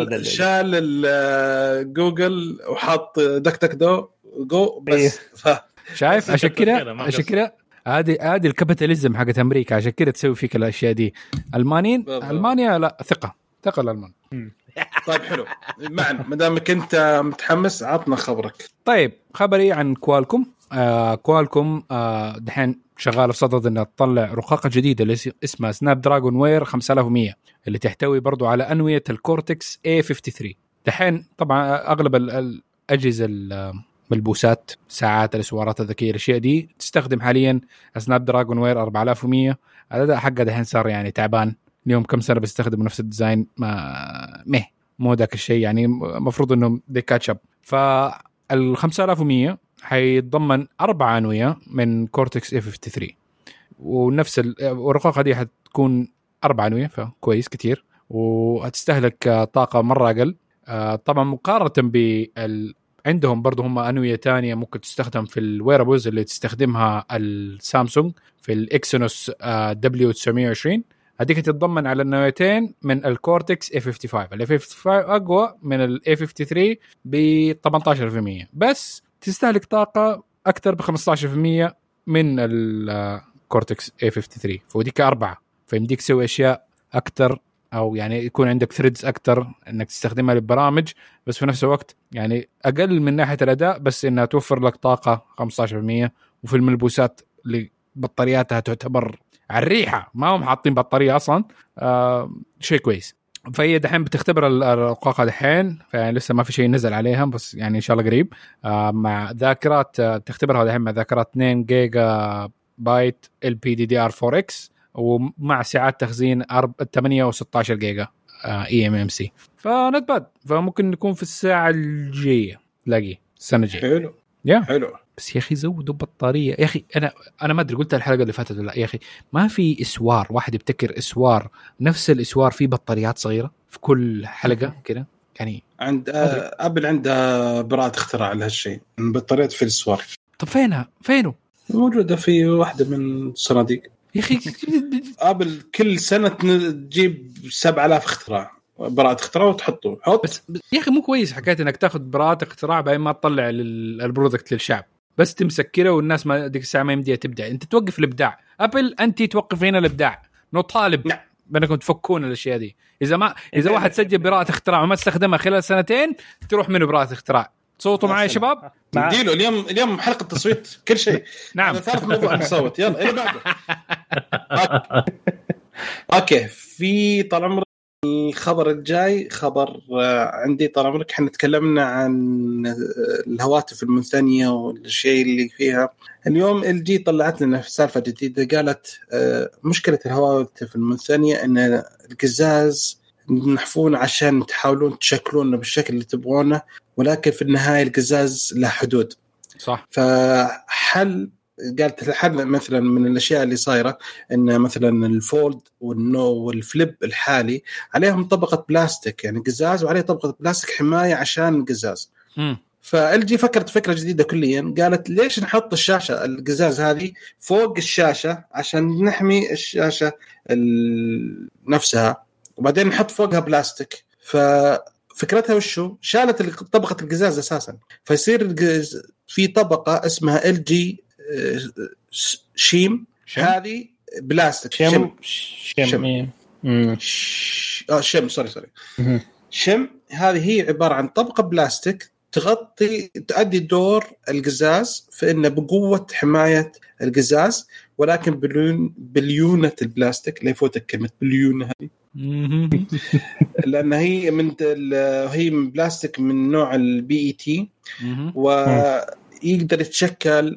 شال جوجل وحط دك جو بس. شايف عشان كده هذه الكابيتاليزم حقت امريكا، عشان كده تسوي فيك الاشياء دي. المانيا لا ثقه الالمان. طيب حلو معنا ما دامك انت متحمس عطنا خبرك. طيب خبري عن كوالكوم. كوالكوم دحين شغاله في صدد انها تطلع رقاقه جديده اللي اسمها سناب دراجون وير 5100 اللي تحتوي برضو على انويه الكورتكس A53. دحين طبعا اغلب الاجهزه الملبوسات ساعات الاسوارات الذكيه الاشياء دي تستخدم حاليا سناب دراجون وير 4100. الاداء حقه دحين صار يعني تعبان. اليوم كم سنه بيستخدموا نفس الديزاين مو ذاك الشيء يعني. المفروض انهم دي كاتشب. فال 5100 حيتضمن 4 أنوية من كورتكس A53 ونفس الرقاقة دي حتكون 4 أنوية فكويس كتير وهتستهلك طاقة مرة أقل. طبعا مقارنة عندهم برضو هم أنوية تانية ممكن تستخدم في الويرابلز اللي تستخدمها السامسونج في الإكسينوس W920. هذيك تتضمن على النواتين من الكورتكس A55. ال A55 أقوى من ال A53 ب 18% بس تستهلك طاقة أكثر ب 15% من الكورتكس A53. فوديك 4 فيمديك تسوي أشياء أكثر أو يعني يكون عندك ثريدز أكثر إنك تستخدمها للبرامج بس في نفس الوقت يعني أقل من ناحية الأداء بس إنها توفر لك طاقة 15%. وفي الملبوسات اللي بطارياتها تعتبر على الريحة ما هم حاطين بطارية أصلا شيء كويس. فهي دحين بتختبر الرقاقة دحين، يعني لسه ما في شيء نزل عليها، بس يعني إن شاء الله قريب. مع ذاكرات تختبرها دحين مع ذاكرات 2 جيجا بايت LPDDR4X، ومع ساعات تخزين 8 و16 جيجا eMMC. فنت باد، فممكن نكون في الساعة الجاية تلاقيه السنة الجاية. حلو حلو. بس يا أخي زودوا بطارية يا أخي. أنا ما أدري قلت الحلقة اللي فاتت ولا يا أخي، ما في إسوار واحد يبتكر إسوار نفس الإسوار فيه بطاريات صغيرة في كل حلقة كده يعني. عند أبل عندها براءة اختراع لهالشيء، بطاريات في الإسوار. طب فينه موجودة في واحدة من الصناديق يا أخي. أبل كل سنة تجيب 7000 اختراع، براءة اختراع وتحطه بس يا أخي مو كويس حكاية إنك تأخذ براءة اختراع بعدين ما تطلع البرودكت للشعب، بس تمسك كده والناس ما ديك الساعة ما يمديها تبدع. أنت توقف الإبداع. أبل أنت توقف هنا الإبداع، نطالب بأنكم تفكون الأشياء دي. إذا واحد سجل براءة اختراع وما استخدمها خلال سنتين تروح منه براءة اختراع. صوتوا معي يا شباب؟ نديله اليوم حلقة تصويت كل شيء. نعم. ثالث موضوع نصوت. يلا إلى بعده. أوكي. في طال عمرك الخبر الجاي خبر عندي. طال عمرك احنا تكلمنا عن الهواتف المنثنية والشيء اللي فيها. اليوم LG طلعت لنا في سالفة جديدة، قالت مشكلة الهواتف المنثنية ان القزاز نحفون عشان تحاولون تشكلونه بالشكل اللي تبغونه، ولكن في النهاية القزاز له حدود. صح. فحل قالت الحل مثلا من الاشياء اللي صايره ان مثلا الفولد والنو والفليب الحالي عليهم طبقه بلاستيك، يعني قزاز وعليه طبقه بلاستيك حمايه عشان القزاز. فالجي فكرت فكره جديده كليا، قالت ليش نحط الشاشه القزاز هذه فوق الشاشه عشان نحمي الشاشه نفسها، وبعدين نحط فوقها بلاستيك. ففكرتها وشو؟ شالت طبقه القزاز اساسا، فيصير في طبقه اسمها LG شيم. هذه بلاستيك. شم سوري شم. هذه هي عبارة عن طبقة بلاستيك تغطي تؤدي دور القزاز في إنه بقوة حماية القزاز، ولكن بليونة البلاستيك. لا يفوتك كلمة بليونة هذه لأن هي من بلاستيك من نوع PET يقدر يتشكل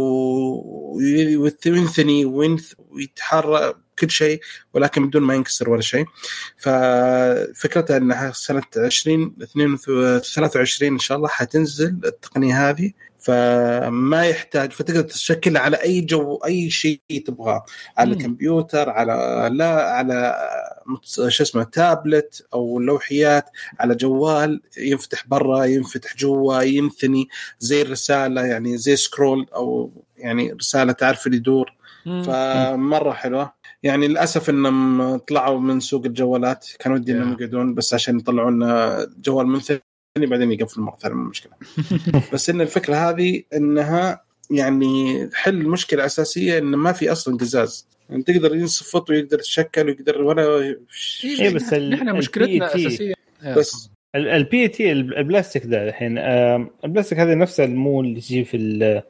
وينثني ويتحرك كل شيء، ولكن بدون ما ينكسر ولا شيء. ففكرتها أنها سنة 2023 إن شاء الله حتنزل التقنية هذه، فما يحتاج، فتقدر تشكل على أي أي شيء تبغاه، على الكمبيوتر، على شو اسمه تابلت أو لوحيات، على جوال ينفتح برا ينفتح جوا ينثني زي الرسالة، يعني زي سكرول أو يعني رسالة تعرف اللي يدور. فمرة حلوة. يعني للأسف إنهم طلعوا من سوق الجوالات، كانوا ودي إنهم يقعدون بس عشان يطلعون جوال منثني بعدين يقفل مرة ثانية. مشكلة بس إن الفكرة هذه إنها يعني حل المشكلة الأساسية إن ما في أصلاً قزاز، يعني تقدر ينصفط ويقدر يتشكل ويقدر ولا شيء. بس نحن مشكلتنا أساسية بس PET البلاستيك ده الحين البلاستيك هذا نفسه المو اللي يجي في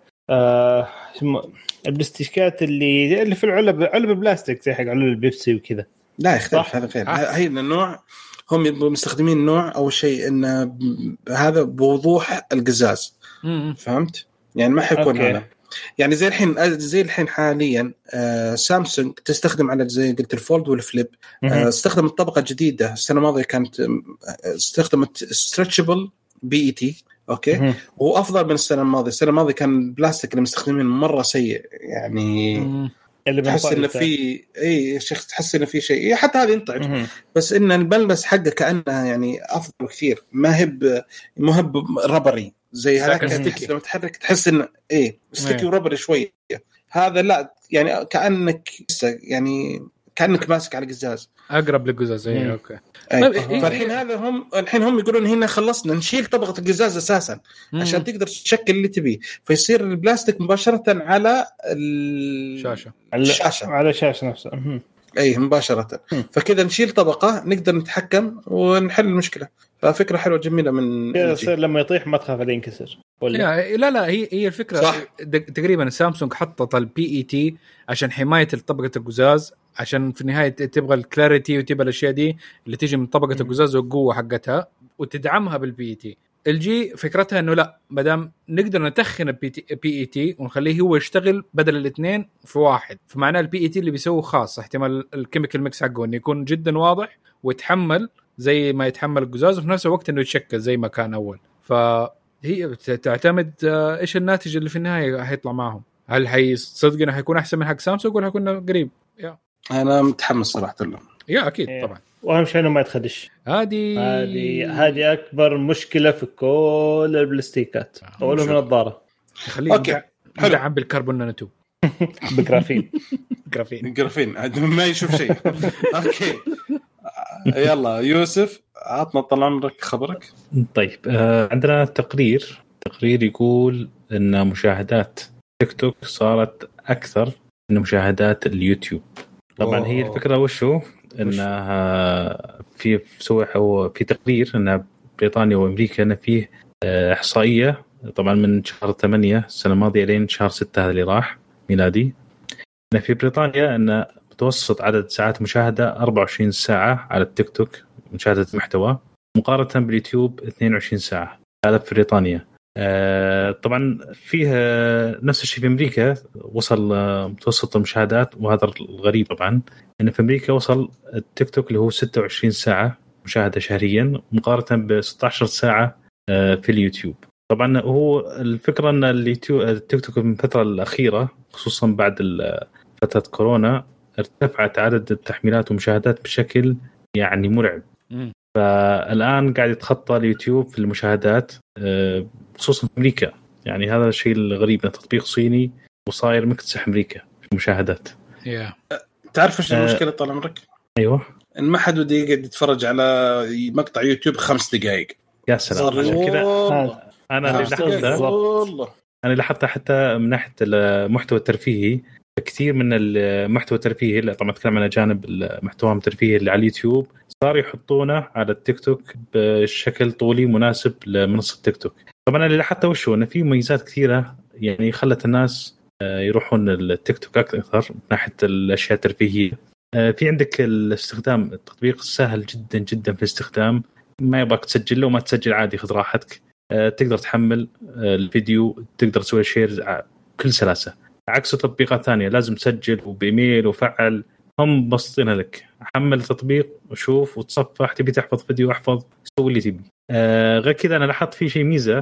البلاستيكات اللي في علب بلاستيك زي حق علب البيبسي وكذا. لا يختلف هذا غير. هي النوع هم مستخدمين نوع أول شيء إن هذا بوضوح القزاز. فهمت؟ يعني ما حيكون هذا يعني زي الحين حاليا سامسونج تستخدم على زي قلت الفولد والفليب. استخدم الطبقة الجديدة السنة الماضية كانت استخدمت stretchable PET. أوكي. وأفضل من السنة الماضية. السنة الماضية كان البلاستيك اللي مستخدمين مرة سيء، يعني اللي تحس إن في شخص تحس إن في شيء حتى هذا ينطعج، بس إن البلبس حقه كأنها يعني أفضل كثير، ما هب ربري زي هذاك. تحس لما تحرك تحس إن ستيكي وربري شوية. هذا لا، يعني كأنك ماسك على قزاز، أقرب للقزاز. أوكي. فالحين الحين هم يقولون هنا خلصنا نشيل طبقة القزاز أساسا عشان تقدر تشكل اللي تبيه، فيصير البلاستيك مباشرة على الشاشة على الشاشة نفسها. اي مباشره. فكذا نشيل طبقه نقدر نتحكم ونحل المشكله. ففكره حلوه جميله من يصير لما يطيح ما تخاف عليه ينكسر. لا هي الفكره صح. تقريبا سامسونج حطت البي اي تي عشان حمايه طبقه القزاز، عشان في النهايه تبغى الكلاريتي وتبغى الاشياء دي اللي تيجي من طبقه القزاز والقوه حقتها وتدعمها بالبي اي تي. الجي فكرتها انه لا، مادام نقدر نتخن البي اي تي ونخليه هو يشتغل بدل الاثنين في واحد، فمعناه البي اي تي اللي بيسوي خاص احتمال الكيميكال ميكس حقه انه يكون جدا واضح ويتحمل زي ما يتحمل القزاز، وفي نفس الوقت انه يتشكل زي ما كان اول. فهي تعتمد ايش الناتج اللي في النهايه هيطلع معهم. هل صدق انه هيكون احسن من حق سامسونج ولا هيكون قريب؟ انا متحمس صراحه له. اكيد طبعا. واهم شيء انه ما يتخدش. هذه اكبر مشكله في كل البلاستيكات اولهم من النظاره. خليه ندعم بالكربون نانو بجرافين جرافين ما يشوف شيء. اوكي يلا يوسف عطنا طال عمرك خبرك. طيب عندنا تقرير يقول ان مشاهدات تيك توك صارت اكثر من مشاهدات اليوتيوب. طبعا هي الفكره وشو انها في تقرير ان بريطانيا وامريكا ان فيه احصائيه طبعا من شهر 8 السنه الماضيه لين شهر 6 هذا اللي راح ميلادي، ان في بريطانيا ان متوسط عدد ساعات مشاهده 24 ساعه على التيك توك مشاهده المحتوى مقارنه باليوتيوب 22 ساعه. هذا في بريطانيا. طبعا فيها نفس الشيء في أمريكا، وصل متوسط المشاهدات، وهذا الغريب طبعا إن في أمريكا وصل التيك توك اللي هو 26 ساعة مشاهدة شهريا مقارنة ب 16 ساعة في اليوتيوب. طبعا هو الفكرة أن التيك توك من الفترة الأخيرة خصوصا بعد فترة كورونا ارتفعت عدد التحميلات والمشاهدات بشكل يعني مرعب. فالآن قاعد يتخطى اليوتيوب في المشاهدات خصوصا في أمريكا. يعني هذا الشيء الغريب، تطبيق صيني وصاير مكتسح أمريكا في المشاهدات. تعرف إيش المشكلة طال عمرك؟ أيوة، إن ما حد ودي يقعد يتفرج على مقطع يوتيوب 5 دقائق. يا سلام. عشان كذا أنا لاحظت حتى من ناحية المحتوى الترفيهي كثير من المحتوى الترفيهي اللي طبعا أتكلم عن جانب المحتوى الترفيهي اللي على اليوتيوب صار يحطونه على التيك توك بشكل طولي مناسب لمنصة تيك توك. طبعا اللي لاحظته وشو إن في مميزات كثيرة يعني خلت الناس يروحون التيك توك أكثر من ناحية الأشياء الترفيهية. في عندك الاستخدام، التطبيق سهل جدا جدا في الاستخدام، ما يبغاك تسجل له، ما تسجل عادي خذ راحتك. تقدر تحمل الفيديو، تقدر تسوي شير بكل سلاسة، عكس تطبيقات ثانية لازم تسجل وبإيميل وفعل. هم بسطينها لك، حمل تطبيق وشوف وتصفح، تبي تحفظ فيديو احفظ، سوي اللي تبي. غير كذا أنا لاحظت في شيء ميزة،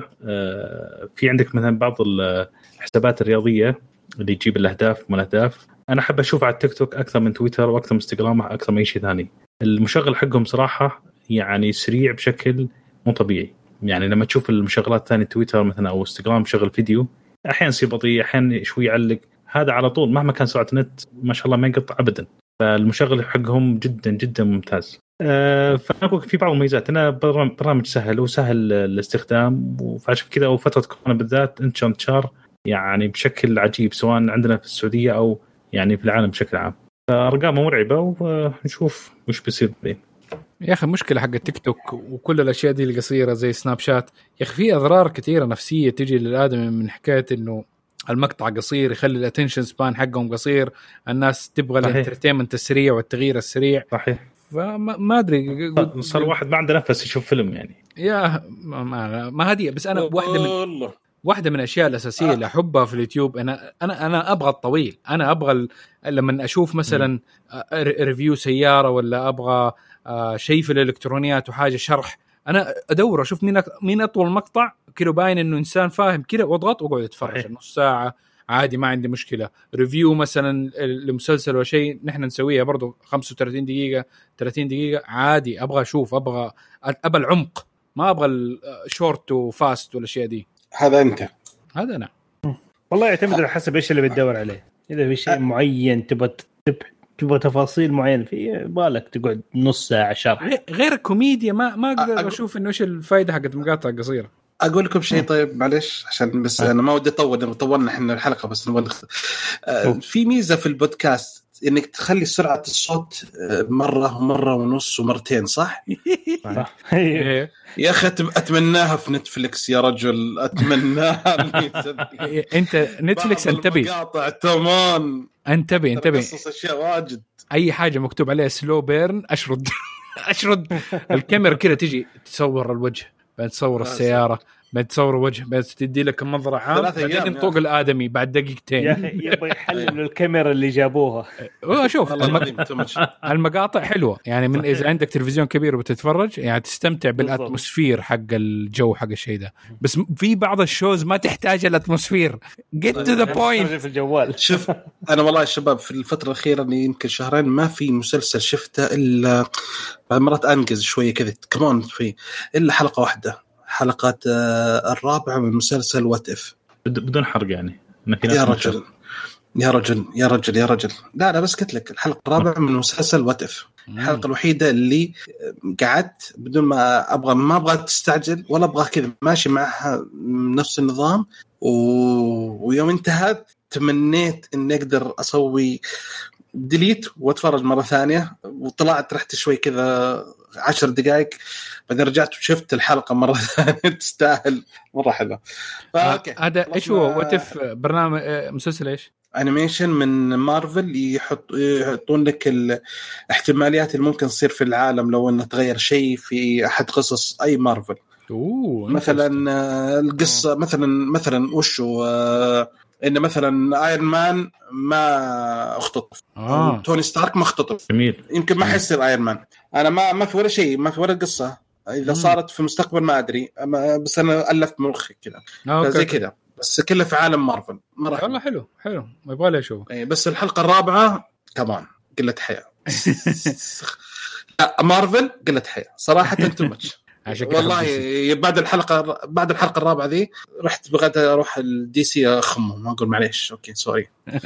في عندك مثلا بعض الحسابات الرياضية اللي تجيب الأهداف والأهداف، أنا أحب أشوف على التيك توك أكثر من تويتر وأكثر من انستغرام أكثر من أي شيء ثاني. المشغل حقهم صراحة يعني سريع بشكل مو طبيعي. يعني لما تشوف المشغلات ثانية تويتر مثلا أو انستغرام شغل فيديو أحيانا يصير بطيء، أحيانا شوي يعلق، هذا على طول مهما كان سرعة النت ما شاء الله ما يقطع أبدا. فالمشغل حقهم جدا جدا ممتاز. فأقول في بعض المميزات، أنا برنامج سهل وسهل الاستخدام، وفعشان كذا وفترة كورونا بالذات انتشار يعني بشكل عجيب سواء عندنا في السعودية أو يعني في العالم بشكل عام. فأرقامه مرعبة ونشوف وش بيصير بين. يا أخي مشكلة حق التيك توك وكل الأشياء دي القصيرة زي سناب شات، يا أخي في أضرار كثيرة نفسية تيجي للآدم من حكاية إنه المقطع قصير يخلي الاتنشن سبان حقهم قصير، الناس تبغى الانترتينمنت السريع والتغيير السريع. صحيح. فما أدري صار واحد ما عنده نفس يشوف فيلم يعني. يا ما هذه بس أنا واحدة من الأشياء الأساسية اللي أحبها في اليوتيوب، أنا أبغى الطويل. أنا أبغى لما أشوف مثلا ريفيو سيارة ولا أبغى شيء في الإلكترونيات وحاجة شرح، أنا أدور أشوف مين أطول مقطع كيلو باين إنه إنسان فاهم كده، وأضغط وأقعد أتفرج نص ساعة عادي ما عندي مشكلة. ريفيو مثلا لمسلسل ولا شيء نحن نسويها برضو 35 دقيقة 30 دقيقة عادي، أبغى أشوف، أبغى العمق، ما أبغى الشورت وفاست والأشياء دي. هذا أنت، هذا أنا. والله يعتمد على حسب إيش اللي بتدور عليه. إذا في شيء معين تبغى تفاصيل معينة فيه بالك تقعد نص ساعة شرح. غير كوميديا ما أقدر أشوف إنه إيش الفائدة حقت مقاطع قصيرة. أقول لكم شيء طيب معلش عشان بس أنا ما ودي طولنا إحنا الحلقة، بس نبغى في ميزة في البودكاست انك تخلي سرعه الصوت مره ومره ونص ومرتين صح؟ يا اخي اتمناها في نتفليكس يا رجل اتمناها. انت نتفليكس انتبه مقاطع تمام انتبه قصص اشياء واجد. اي حاجه مكتوب عليها سلو بيرن اشرد الكاميرا كده تيجي تصور الوجه بعد تصور السياره بعد تصور وجه بعد تدي لك منظر عام بعدين طوق الادمي بعد دقيقتين. يا اخي يبغى يحلل الكاميرا اللي جابوها. شوف المقاطع حلوه يعني من اذا عندك تلفزيون كبير وبتتفرج يعني تستمتع بالاتموسفير حق الجو حق الشيء ده. بس في بعض الشوز ما تحتاج الاتموسفير get to the point في الجوال. شوف انا والله الشباب في الفتره الاخيره اللي يمكن شهرين ما في مسلسل شفته الا بعد مرات انجز شويه كذا كمان في الا حلقه واحده، حلقات الرابعة من مسلسل وات اف بدون حرق يعني. يا رجل لا بس قلت لك الحلقة الرابعة من مسلسل وات اف الحلقة الوحيدة اللي قعدت بدون ما ابغى تستعجل ولا ابغى كذا ماشي معها نفس النظام ويوم انتهت تمنيت اني اقدر اسوي ديليت واتفرج مرة ثانية وطلعت رحت شوي كذا 10 دقائق بعدين رجعت وشفت الحلقة مرة ثانية تستاهل مرة حلوة. هذا ايش هو واتف برنامج مسلسل ايش انيميشن من مارفل يحطون لك الاحتماليات اللي ممكن تصير في العالم لو انه تغير شيء في احد قصص اي مارفل. مثلا القصة مثلا وشو إن مثلا ايرون مان ما اختطف توني ستارك ما اختطف يمكن ما حيصير ايرون مان. انا ما في ولا شيء ما في ولا قصة اذا صارت في المستقبل ما ادري بس انا الفت مخي كذا زي كذا بس كله في عالم مارفل مرة والله حلو ما يبغى له اشوف. بس الحلقة الرابعة كمان قلة حياة مارفل قلة حياة صراحة تمتش والله. بعد الحلقة الرابعة ذي رحت بغيت اروح الدي سي اخمه ما اقول معليش اوكي سوري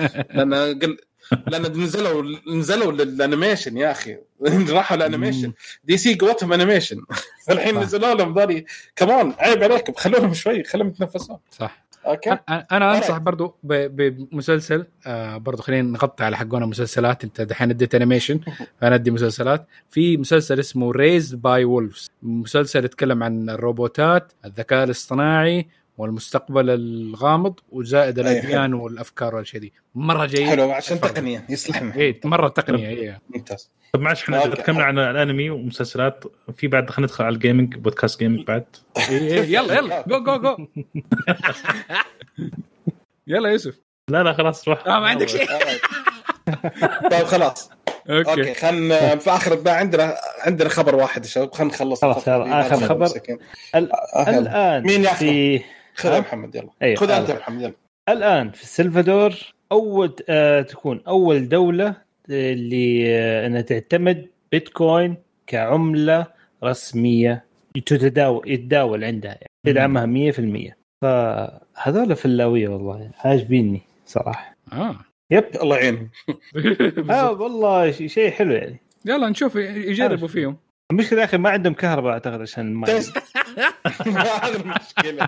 لأن نزلوا للانيميشن يا اخي راحوا الانيميشن دي سي قوتهم انيميشن فالحين نزلوا لهم ذولي كمان عيب عليكم خلوهم شوي خلهم يتنفسون صح. أوكي. انا انصح برضو بمسلسل برضو خلينا نغطي على حقونا مسلسلات. انت دحين اديت انيميشن فانا ادي مسلسلات. في مسلسل اسمه ريزد باي وولفز مسلسل يتكلم عن الروبوتات الذكاء الاصطناعي والمستقبل الغامض وزائد الاديان والافكار والاشياء دي مره جيد حلو عشان تقنيه يصلحنا مره تقنيه ممتاز. طب معلش احنا تكلمنا عن الانمي ومسلسلات في بعد خلينا ندخل على الجيمنج بودكاست جيمنج بعد يلا جو يلا يوسف. لا خلاص روح ما عندك شيء. طيب خلاص اوكي خلينا في اخر بقى عندنا خبر واحد شباب خلينا نخلص اخر خبر الان مين ياخذ خذ محمد يلا خذ انت محمد يلا. الان في السلفادور تكون اول دولة اللي انها تعتمد بيتكوين كعملة رسمية يتداول عندها يعني تدعمها 100%. فهذول فلاوية والله عاجبيني صراحة. يب الله يعين. والله شيء حلو يعني. يلا نشوف يجربوا فيهم. المشكلة يا أخي ما عندهم كهرباء أعتقد عشان ما هذا المشكلة.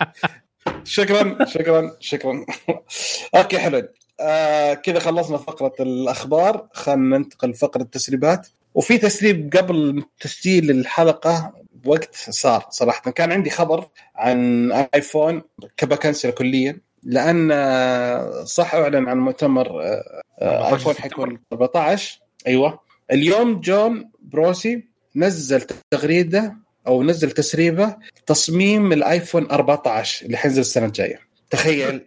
شكرا أوكي حلو. كذا خلصنا فقرة الأخبار خلنا ننتقل لفقرة التسريبات. وفي تسريب قبل تسجيل الحلقة بوقت صار صراحة كان عندي خبر عن آيفون كبكنسل كليا لأن صح أعلن عن مؤتمر آيفون حيكون 14. أيوة اليوم جون بروسي نزل تغريدة أو نزل تسريبة تصميم الآيفون 14 اللي حينزل السنة الجاية. تخيل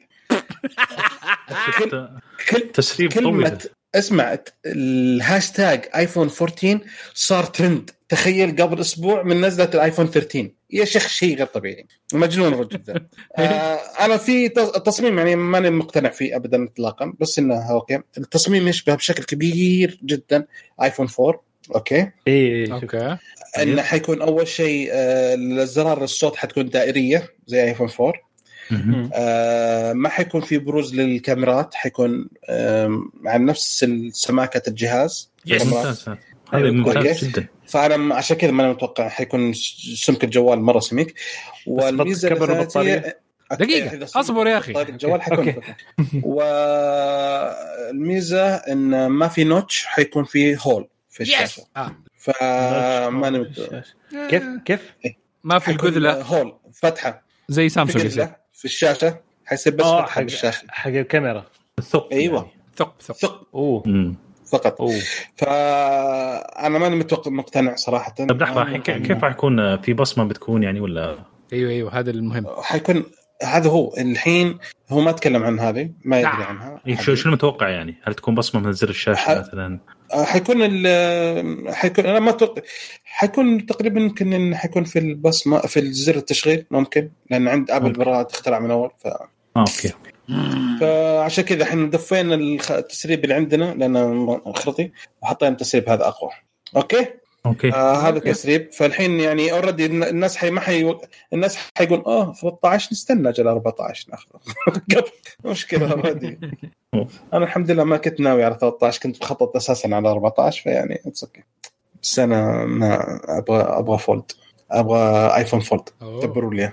تسريب كلمة اسمعت الهاشتاج آيفون 14 صار ترند. تخيل قبل أسبوع من نزلت الآيفون 13 يا شيخ شيء غير طبيعي مجنون الرجل ذا. أنا في تصميم يعني ماني مقتنع فيه أبدا إطلاقا بس إنه أوكي التصميم يشبه بشكل كبير جدا آيفون 4. أوكي أوكي إنه حيكون أول شيء الزرار الصوت حتكون دائرية زي آيفون 4. ما حيكون في بروز للكاميرات حيكون عن نفس سماكة الجهاز. هذا ممتاز جدا. فأنا عشان كذا ما أنا متوقع حيكون سمك الجوال مرة سميك. والميزة الثانية دقيقه اصبر يا اخي. طيب الجوال حيكون والميزه ان ما في نوتش، حيكون في هول في الشاشه. فما كيف ما في الجذله، هول فتحه زي سامسونج في الشاشه، حيصير بس فتحه بالشاشه حق الكاميرا. الثقب ايوه ثقب فقط. فانا ماني مقتنع صراحه. طب لحظه، كيف راح يكون في بصمه بتكون يعني ولا؟ ايوه هذا المهم. حيكون هذا هو الحين، هو ما تكلم عن هذه، ما يدري عنها. شو المتوقع يعني؟ هل تكون بصمه من زر الشاشه مثلا؟ حيكون انا ما اتوقع حيكون تقريبا، يمكن ان حيكون في البصمه في الزر التشغيل ممكن، لان عند ابل براءه اختراع من اول. اوكي. فعشان كذا احنا دفينا التسريب اللي عندنا لانه خرطي، وحطينا التسريب هذا اقوى. اوكي هذا تسريب. فالحين يعني اوريدي الناس الناس حيقول 13 نستنى اجل 14 ناخذ قبل مشكله اوريدي. انا الحمد لله ما كنت ناوي على 13، كنت بخطط اساسا على 14. فيعني اوكي السنه ما ابغى فولد، ابغى ايفون فولد. دبروا لي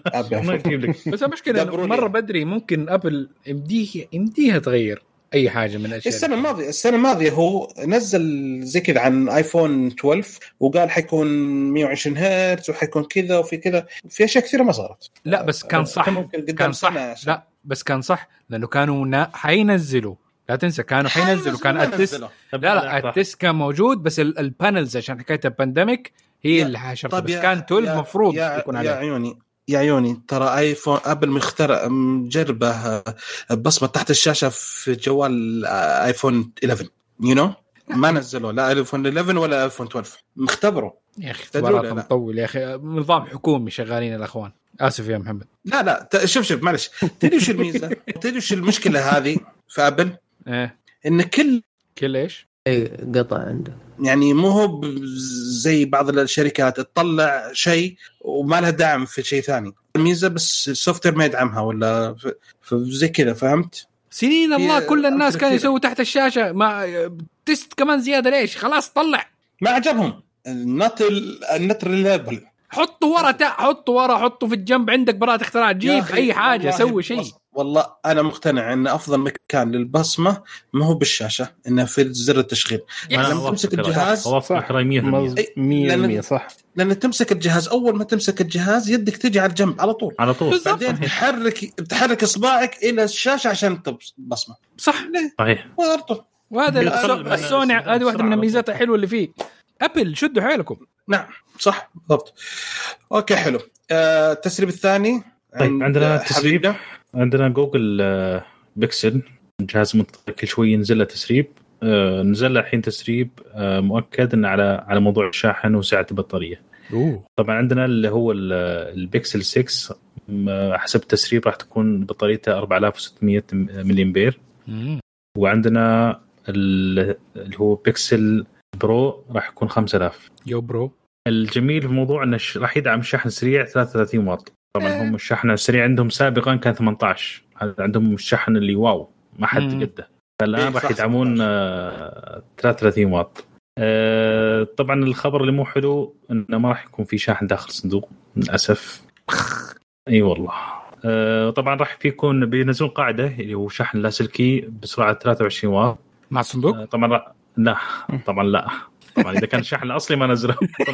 بس المشكله مره بدري، ممكن ابل يمديها تغير اي حاجه من الاشياء. السنه الماضيه هو نزل زي كذا عن ايفون 12 وقال حيكون 120 هرتز وحيكون كذا وفي كذا، في اشياء كثيره ما صارت. لا بس كان صح، كان صح. لا بس كان صح لانه كانوا حينزلوا، لا تنسى كانوا حينزلوا. كان التس لا التس كان موجود، بس البانلز عشان حكايه البانديميك هي اللي حاشرت. بس كان 12 مفروض يكون عليه. يا عيوني ترى ايفون ابل مجربه بصمه تحت الشاشه في جوال ايفون 11 ما نزلوا لا ايفون 11 ولا ايفون 12، مختبروا يا اخي. اختبارات مطول يا اخي، نظام حكومي شغالين الاخوان. اسف يا محمد. لا شوف معلش، تدري وش الميزه؟ تدري وش المشكله هذه في ابل؟ ان كل ايش قطع عنده، يعني مو هو زي بعض الشركات تطلع شيء وما لها دعم في شيء ثاني. الميزه بس السوفت وير ما يدعمها ولا زي كذا، فهمت؟ سنين الله كل الناس كانوا يسووا تحت الشاشه، ما تست كمان زياده. ليش؟ خلاص طلع، ما عجبهم النت ريلابل. حطوا ورا في الجنب، عندك براءة اختراع، جيب اي حاجه، سوي شيء. والله انا مقتنع ان افضل مكان للبصمه ما هو بالشاشه، انه في زر التشغيل. لما تمسك الجهاز 100% صح، لان تمسك الجهاز، اول ما تمسك الجهاز يدك تجي على الجنب على طول. بعدين تحرك اصبعك الى الشاشه عشان بصمه. صح صحيح. وهذا السوني هذه واحده من الميزات الحلوه اللي فيه. ابل شدوا حيلكم. نعم صح بالضبط. اوكي حلو. التسريب الثاني عندنا تسريب، عندنا جوجل بيكسل، جهاز منتظر كل شوي ينزل له تسريب. نزل له الحين تسريب مؤكد إن على موضوع الشاحن وسعة البطارية. طبعا عندنا اللي هو البيكسل 6 حسب التسريب راح تكون بطاريته 4600 ملي أمبير. وعندنا اللي هو بيكسل برو راح يكون 5000. يو برو. الجميل في الموضوع انه راح يدعم شحن سريع 33 واط. طبعا هم الشحن السريع عندهم سابقا كان 18، هذا عندهم الشحن اللي واو ما حد قده. فالان راح يدعمون 33 واط. طبعا الخبر اللي مو حلو انه ما راح يكون في شاحن داخل الصندوق للاسف. اي والله. طبعا راح يكون بينزلون قاعده اللي هو شحن لاسلكي بسرعه 23 واط مع الصندوق. طبعا لا طبعا لا، طبعا اذا كان الشحن الاصلي ما نزله.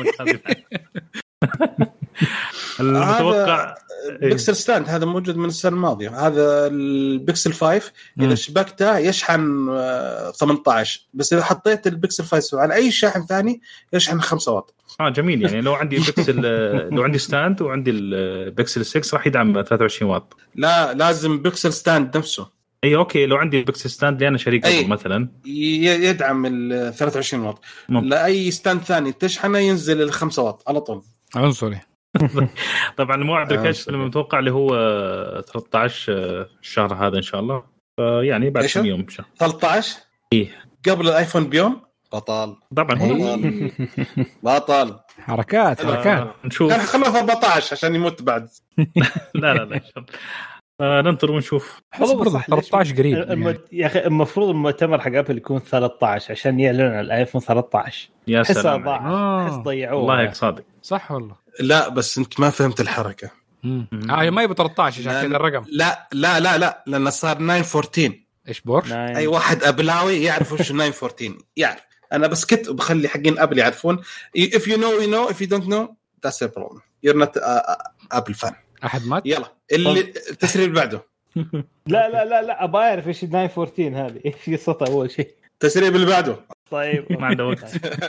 المتوقع بيكسل ستاند هذا موجود من السنه الماضيه. هذا البيكسل 5 اذا شبكته يشحن 18، بس اذا حطيت البيكسل 5 على اي شاحن ثاني يشحن 5 واط. جميل. يعني لو عندي بيكسل لو عندي ستاند وعندي البيكسل 6 راح يدعم 23 واط. لا لازم بيكسل ستاند نفسه. اي اوكي، لو عندي بيكسل ستاند اللي انا شريك مثلا يدعم ال 23 واط. لا اي ستاند ثاني تشحنه ينزل ال 5 واط على طول. عنصري. طبعا موعد الكشف اللي متوقع اللي هو 13 الشهر هذا ان شاء الله. يعني بعد كم يوم 13 قبل الايفون بيوم. بطل طبعا هو بطل حركات نشوف. كان خلص 14 عشان يموت بعد. لا ننطر ونشوف. برضه 13 قريب يعني. يا اخي المفروض المؤتمر حق ابل يكون 13 عشان يعلنون عن الايفون 13. يا سلام حس ضيعوه. والله صادق. صح والله. لا بس انت ما فهمت الحركه. ما يبقى 13 عشان كذا الرقم. لا لأنه صار 914. إيش بورش؟ أي واحد أبلاوي يعرف وش 914 يعرف. أنا بس كنت بخلي حقين أبل يعرفون. If you know you know, if you don't know that's a problem. You're not أبل fan. أحد مات؟ يلا اللي التسريب بعده. لا أبغى أعرف إيش 914 هذه إيش قصتها أول شيء. التسريب اللي بعده. طيب ما عنده وقت.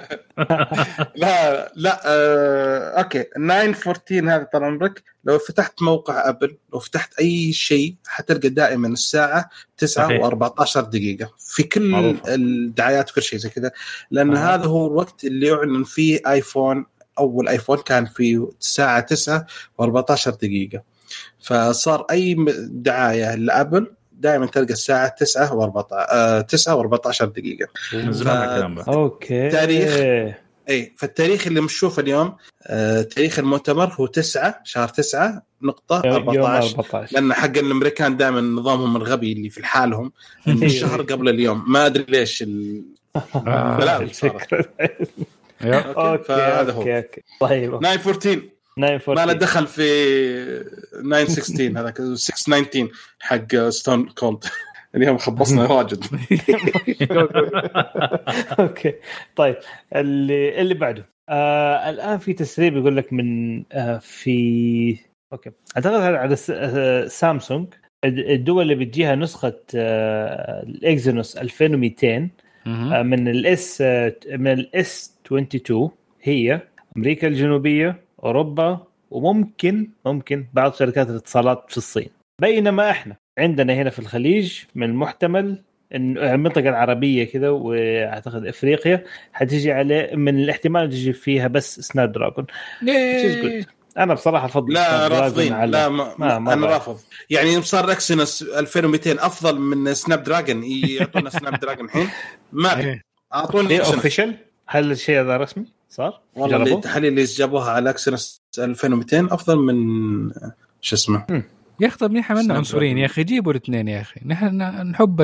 لا اوكي 914 هذا طال عمرك. لو فتحت موقع ابل لو فتحت اي شيء حتلقى دائما الساعه 9:14 دقيقه في كل الدعايات وكل شيء زي كذا لان هذا هو الوقت اللي يعلن فيه ايفون. اول ايفون كان في الساعه 9:14 دقيقه فصار اي دعايه لابل دائما تلقى الساعة 9:14 دقيقة. أوكي. تاريخ فالتاريخ اللي مشوف اليوم تاريخ المؤتمر هو 9 شهر 9.14 لأن حق الأمريكان دائما نظامهم الغبي اللي في حالهم الشهر قبل اليوم ما أدري ليش أوكي. طيب 914 ما له دخل في 916 هذاك 619 حق ستون كولد اليوم خبصنا واجد. اوكي طيب اللي بعده الان في تسريب يقول لك من في اوكي اعتقد على سامسونج الدول اللي بتجيها نسخه الاكزينوس 2200 من الاس 22 هي امريكا الجنوبيه أوروبا وممكن بعض شركات الاتصالات في الصين بينما إحنا عندنا هنا في الخليج من المحتمل إن المنطقة العربية كذا وأعتقد إفريقيا هتيجي عليه من الاحتمال تجي فيها بس سناب دراجون. أنا بصراحة أفضل لا رافضين لا ما أنا رافض يعني صار إكسينوس 2200 أفضل من سناب دراجون يعطونا سناب دراجون الحين ما أعطوني أوفيشال. هل الشيء هذا رسمي صار؟ والله التحاليل اللي جابوها على اكسينوس 2200 افضل من شو اسمه يخطب منيحه منه عنصريين يا اخي جيبوا الاثنين يا اخي نحن نحب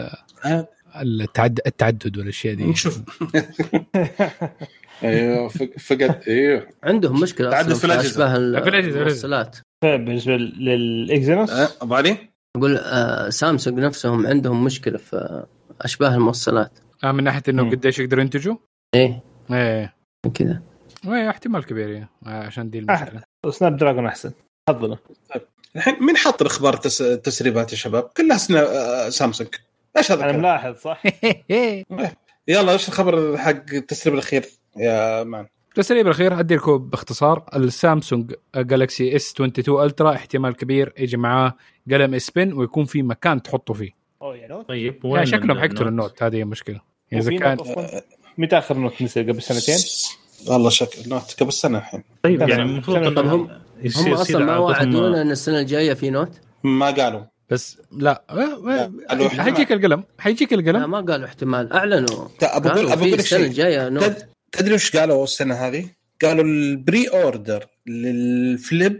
التعدد والاشياء دي نشوف. ايوه فقط ايوه عندهم مشكله تعدد في الوصلات بالنسبه للاكزينوس ابو علي اقول سامسونج نفسهم عندهم مشكله في اشباه الموصلات من ناحيه انه قديش يقدروا ينتجوا ايه كذا احتمال كبير عشان دي المشكله. سناب دراجون احسن تفضلوا. الحين مين حط الاخبار التسريبات يا شباب كلها سامسونج ايش هذا انا ملاحظ صح. يلا ايش الخبر حق التسريب الاخير يا مان؟ التسريب الاخير ادي لكم باختصار السامسونج جالاكسي اس 22 الترا احتمال كبير يجي معاه قلم اس بن ويكون في مكان تحطه فيه. طيب يعني شكلهم حيقتلوا النوت هذه مشكله اذا كان متى اخر نوت نزل قبل سنتين والله شكل نوت قبل سنه الحين. طيب يعني المفروض هم اصلا ما وعدونا ان السنه الجايه في نوت ما قالوا بس لا حيجيك القلم لا ما قالوا احتمال اعلنوا أقول السنه الجايه نوت. تدري وش قالوا السنه هذه؟ قالوا البري اوردر للفليب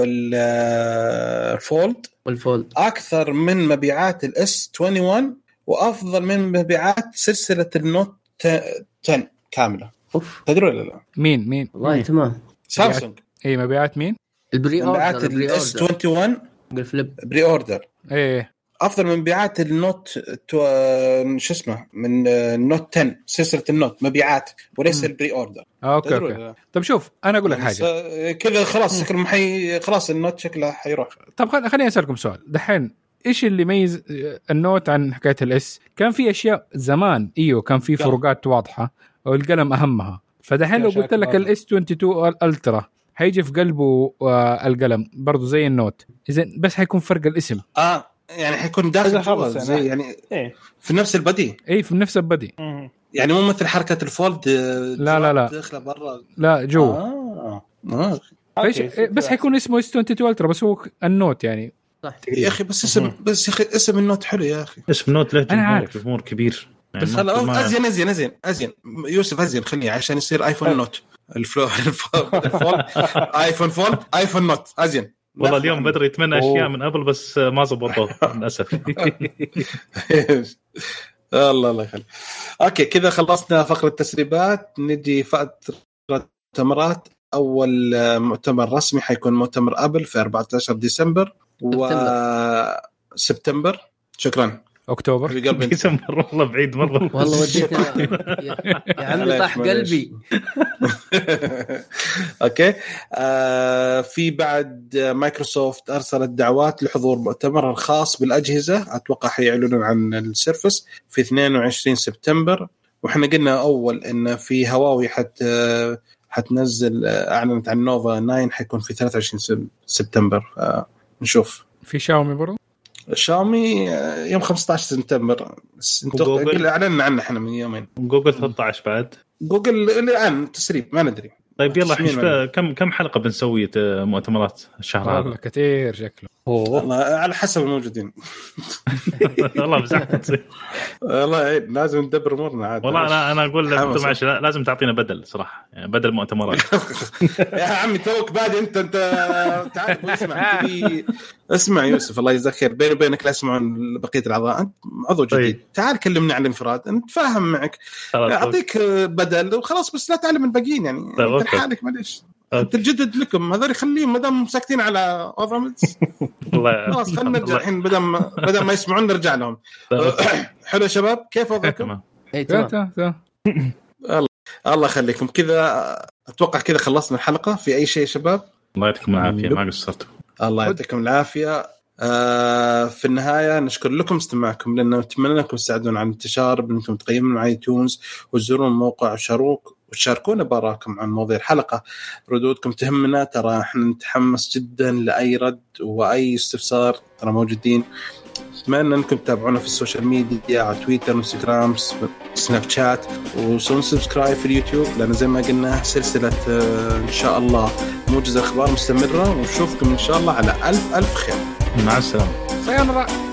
والفولد اكثر من مبيعات الاس 21 وافضل من مبيعات سلسله النوت 10 كامله. تدري ولا لا؟ مين والله تمام سامسونج اي مبيعات مين البري اوردر مبيعات الاس 21 بالفليب بري اوردر ايه افضل من مبيعات النوت شو اسمه من النوت 10 سلسله النوت مبيعات وليس البري اوردر. اوكي طب شوف انا اقول لك حاجه كذا خلاص شكل خلاص النوت شكله حيروح. طب خليني اسالكم سؤال دحين ايش اللي يميز النوت عن حكايه الاس؟ كان في اشياء زمان كان في فروقات واضحه والقلم اهمها. فدحين لو قلت لك الاس 22 الترا هيجي في قلبه القلم برضو زي النوت اذا بس حيكون فرق الاسم يعني حيكون داخل زي يعني في نفس البدي في نفس البدي يعني مو مثل حركه الفولد لا داخله برا لا جو بس حيكون اسمه اس 22 الترا بس هو النوت يعني صح يا اخي بس اسم بس يا اخي اسم النوت حلو يا اخي اسم النوت له جمهور كبير يعني بس ازين يوسف ازين خليه عشان يصير ايفون نوت الفول ايفون نوت ازين. والله اليوم بدر يتمنى اشياء من قبل بس ما زبطوا للاسف. الله يخلي. اوكي كذا خلصنا فقره التسريبات نجي فتره تمرات اول مؤتمر رسمي حيكون مؤتمر ابل في 14 ديسمبر وسبتمبر. شكرا. اكتوبر ديسمبر والله بعيد مره. والله وديتنا يا عمي طاح قلبي. اوكي. في بعد مايكروسوفت ارسلت دعوات لحضور مؤتمر الخاص بالاجهزه، اتوقع حيعلنون عن السيرفس في 22 سبتمبر. واحنا قلنا اول ان في هواوي حتنزل، اعلنت عن نوفا 9 حيكون في 23 سبتمبر. نشوف. في شاومي برضو، شاومي يوم 15 سبتمبر. جوجل اعلنا عنه احنا من يومين. جوجل 13 بعد. جوجل الان تسريب ما ندري. طيب يلا كم حلقه بنسوي مؤتمرات الشهر هذا؟ كثير شكله. والله على حسب الموجودين. والله بزحمه تصير. والله لازم ندبر امورنا عاد. والله انا اقول لك معلش لازم تعطينا بدل صراحه، يعني بدل مؤتمرات. يا عمي توك بادي انت تعال اسمع يوسف الله يجزاك خير. بيني وبينك لا اسمعون بقيه الاعضاء، انت عضو جديد. تعال كلمني على الانفراد نتفاهم معك، اعطيك بدل وخلاص، بس لا تعلم الباقيين يعني حالك معليش. الجدد لكم هذول خليهم ما دام ساكتين على وضعهم. خلاص خلينا نرجع الحين بدل ما يسمعون نرجع لهم. حلو يا شباب، كيف وضعكم؟ تمام. الله يخليكم. كذا اتوقع كذا خلصنا الحلقه. في اي شيء يا شباب؟ الله يعطيكم العافيه، ما قصرتوا. الله يعطيكم العافيه. في النهايه نشكر لكم استماعكم، لأنه نتمنى لكم تساعدونا على الانتشار بأنكم تقيمون على iTunes وتزورون الموقع وتشاركونا براءكم عن مواضيع الحلقة. ردودكم تهمنا، ترى احنا نتحمس جدا لأي رد وأي استفسار، ترى موجودين. أتمنى أنكم تتابعونا في السوشيال ميديا على تويتر وإنستغرام سناب شات، وسوون سبسكرايب في اليوتيوب، لأن زي ما قلنا سلسلة إن شاء الله موجز الأخبار مستمرة. ونشوفكم إن شاء الله على ألف خير. مع السلامة. سلام.